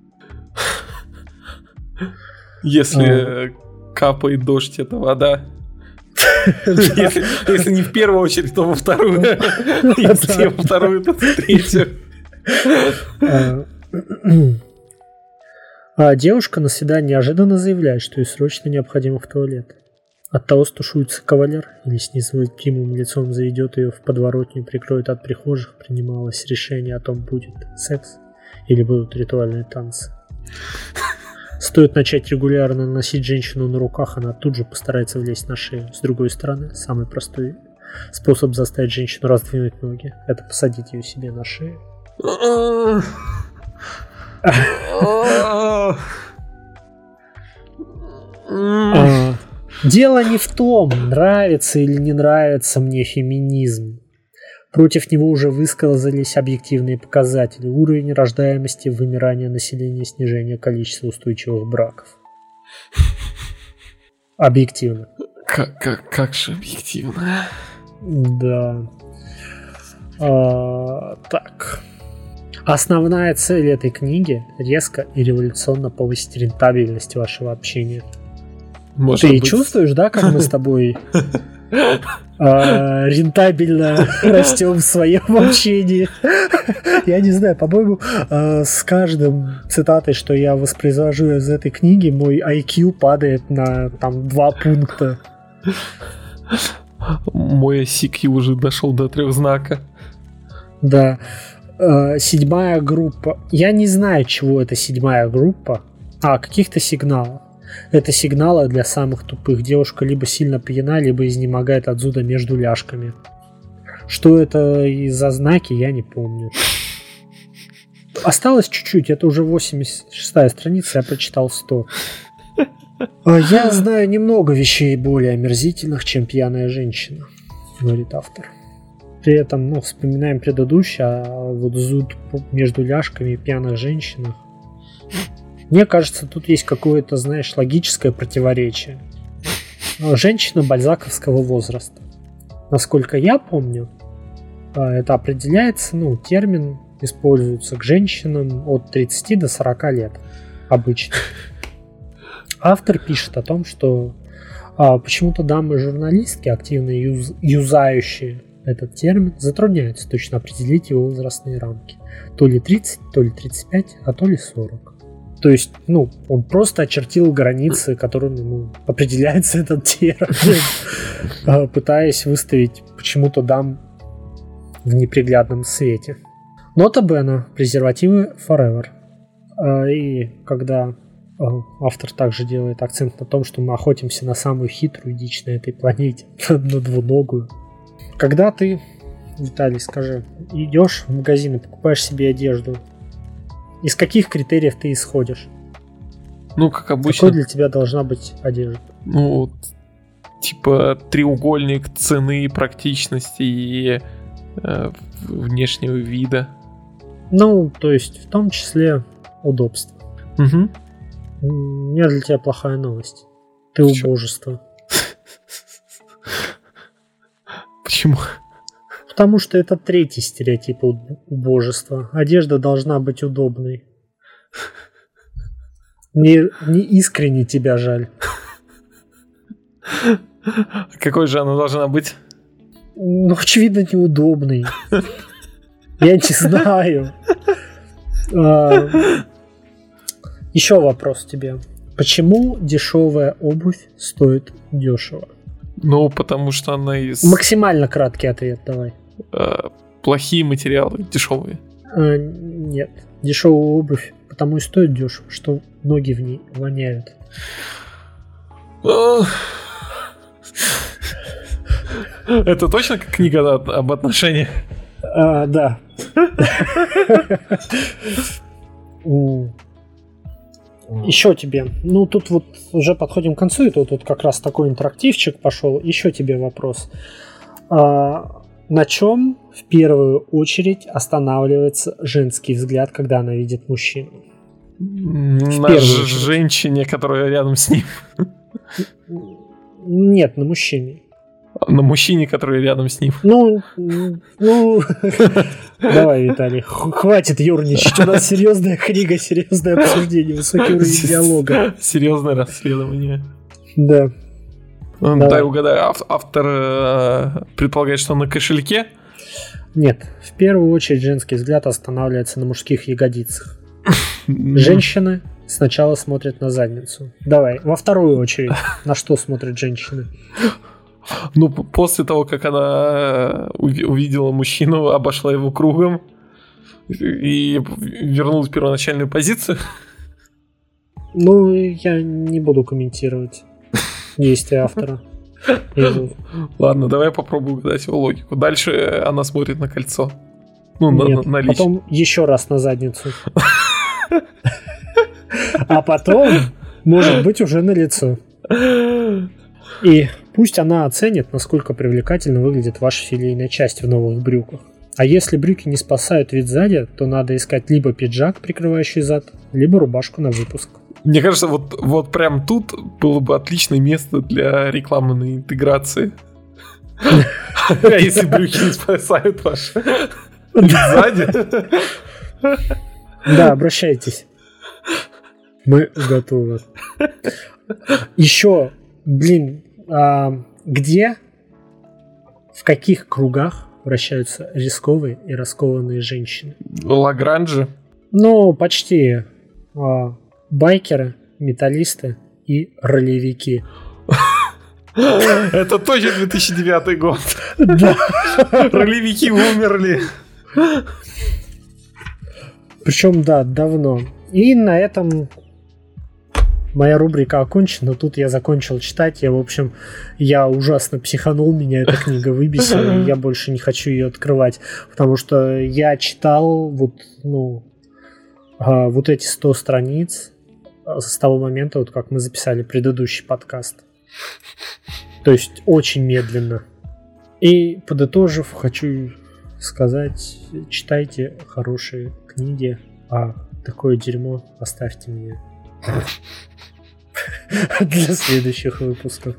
Если а... капает дождь, это вода. Если, если не в первую очередь, то во вторую. Если во вторую, то в третью. А девушка на свидании неожиданно заявляет, что ей срочно необходимо в туалет. Оттого стушуется кавалер или с невозмутимым лицом заведет ее в подворотню и прикроет от прихожих, принималось решение о том, будет секс или будут ритуальные танцы. Стоит начать регулярно носить женщину на руках, она тут же постарается влезть на шею. С другой стороны, самый простой способ заставить женщину раздвинуть ноги – это посадить ее себе на шею. Дело не в том, нравится или не нравится мне феминизм. Против него уже высказались объективные показатели: уровень рождаемости, вымирание населения, снижение количества устойчивых браков. Объективно. Как, как, как же объективно. Да. А, так. Основная цель этой книги — резко и революционно повысить рентабельность вашего общения. Может Ты быть... чувствуешь, да, как мы с тобой а, рентабельно растем в своем общении? Я не знаю, по-моему, а, с каждым цитатой, что я воспроизвожу из этой книги, мой ай кью падает на там два пункта. Мой си кью уже дошел до трех знака. Да. Седьмая группа. Я не знаю, чего это седьмая группа. А, каких-то сигналов. Это сигналы для самых тупых. Девушка либо сильно пьяна, либо изнемогает от зуда между ляжками. Что это за знаки, я не помню. Осталось чуть-чуть. Это уже восемьдесят шестая страница, я прочитал сто. Я знаю немного вещей более омерзительных, чем пьяная женщина, говорит автор. При этом, ну, вспоминаем предыдущее, а вот зуд между ляжками и пьяных женщинах. Мне кажется, тут есть какое-то, знаешь, логическое противоречие. Женщина бальзаковского возраста. Насколько я помню, это определяется, ну, термин используется к женщинам от тридцати до сорока лет обычно. Автор пишет о том, что а, почему-то дамы-журналистки, активно юз, юзающие этот термин, затрудняются точно определить его возрастные рамки. То ли тридцать, то ли тридцать пять, а то ли сорок. То есть, ну, он просто очертил границы, которыми, ну, определяется этот термин, пытаясь выставить почему-то дам в неприглядном свете. Нота бene: презервативы forever. И когда автор также делает акцент на том, что мы охотимся на самую хитрую дичь на этой планете, на двуногую. Когда ты, Виталий, скажи, идешь в магазин и покупаешь себе одежду, из каких критериев ты исходишь? Ну, как обычно. Какой для тебя должна быть одежда? Ну, типа треугольник цены, практичности и э, внешнего вида. Ну, то есть в том числе удобство. Угу. У меня для тебя плохая новость. Ты убожество. Почему? Потому что это третий стереотип убожества. Одежда должна быть удобной. Не, не искренне тебя жаль. Какой же она должна быть? Ну, очевидно, неудобной. Я не знаю. А, еще вопрос тебе. Почему дешевая обувь стоит дешево? Ну, потому что она из... Максимально краткий ответ давай. Э, плохие материалы, дешевые. А, нет. Дешевая обувь потому и стоит дешево, что ноги в ней воняют. Это точно как книга об отношениях? А, да. Еще тебе. Ну, тут вот уже подходим к концу, и тут, тут как раз такой интерактивчик пошел. Еще тебе вопрос. А, на чем в первую очередь останавливается женский взгляд, когда она видит мужчину? На ж- женщине, которая рядом с ним. Нет, на мужчине. На мужчине, который рядом с ним. Ну, ну, давай, Виталий, хватит ерничать. У нас серьезная книга, серьезное обсуждение, высокий уровень диалога. Серьезное расследование. Да. Дай угадаю, автор предполагает, что на кошельке? Нет, в первую очередь женский взгляд останавливается на мужских ягодицах. Женщины сначала смотрят на задницу. Давай, во вторую очередь, на что смотрят женщины? Ну, после того, как она увидела мужчину, обошла его кругом и вернулась в первоначальную позицию. Ну, я не буду комментировать действия автора. Ладно, давай попробую угадать его логику. Дальше она смотрит на кольцо. Ну, Нет, на, на потом еще раз на задницу. А потом, может быть, уже на лицо. И Пусть она оценит, насколько привлекательно выглядит ваша филейная часть в новых брюках. А если брюки не спасают вид сзади, то надо искать либо пиджак, прикрывающий зад, либо рубашку на выпуск. Мне кажется, вот, вот прям тут было бы отличное место для рекламной интеграции. А если брюки не спасают ваш вид сзади? Да, обращайтесь. Мы готовы. Еще, блин, а где, в каких кругах вращаются рисковые и раскованные женщины? Лагранжи. Ну, почти. А, байкеры, металлисты и ролевики. Это точно две тысячи девятый год. Да. Ролевики умерли. Причем, да, давно. И на этом моя рубрика окончена. Тут я закончил читать. Я, в общем, я ужасно психанул. Меня эта книга выбесила. И я больше не хочу ее открывать. Потому что я читал вот, ну, вот эти сто страниц с того момента, вот как мы записали предыдущий подкаст. То есть очень медленно. И подытожив, хочу сказать, читайте хорошие книги, а такое дерьмо оставьте мне для следующих выпусков.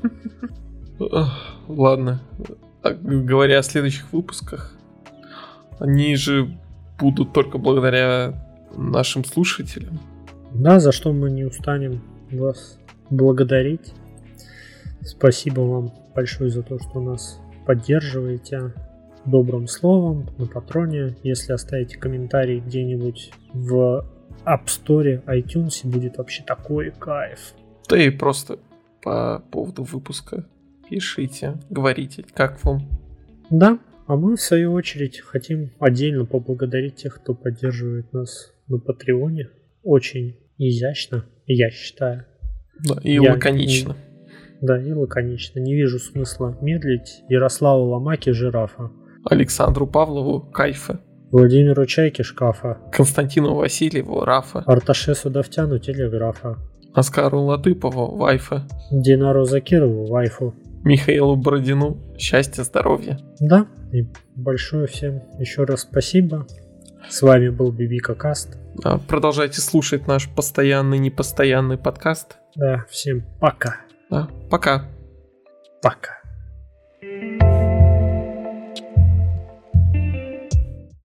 Ладно. Говоря о следующих выпусках, они же будут только благодаря нашим слушателям. Да, за что мы не устанем вас благодарить. Спасибо вам большое за то, что нас поддерживаете добрым словом на Патроне. Если оставите комментарий где-нибудь в App Store, iTunes, будет вообще такой кайф. Да и просто по поводу выпуска пишите, говорите, как вам. Да, а мы в свою очередь хотим отдельно поблагодарить тех, кто поддерживает нас на Патреоне. Очень изящно, я считаю. Да, и я лаконично. Не, да, и лаконично. Не вижу смысла медлить. Ярославу Ломаке жирафа. Александру Павлову кайфа. Владимиру Чайке шкафа. Константину Васильеву рафа. Арташесу Давтяну телеграфа. Оскару Латыпову вайфа. Динару Закирову вайфу. Михаилу Бородину счастья, здоровья. Да, и большое всем еще раз спасибо. С вами был Бибика Каст. Продолжайте слушать наш постоянный, непостоянный подкаст. Да, всем пока. Да, пока. Пока.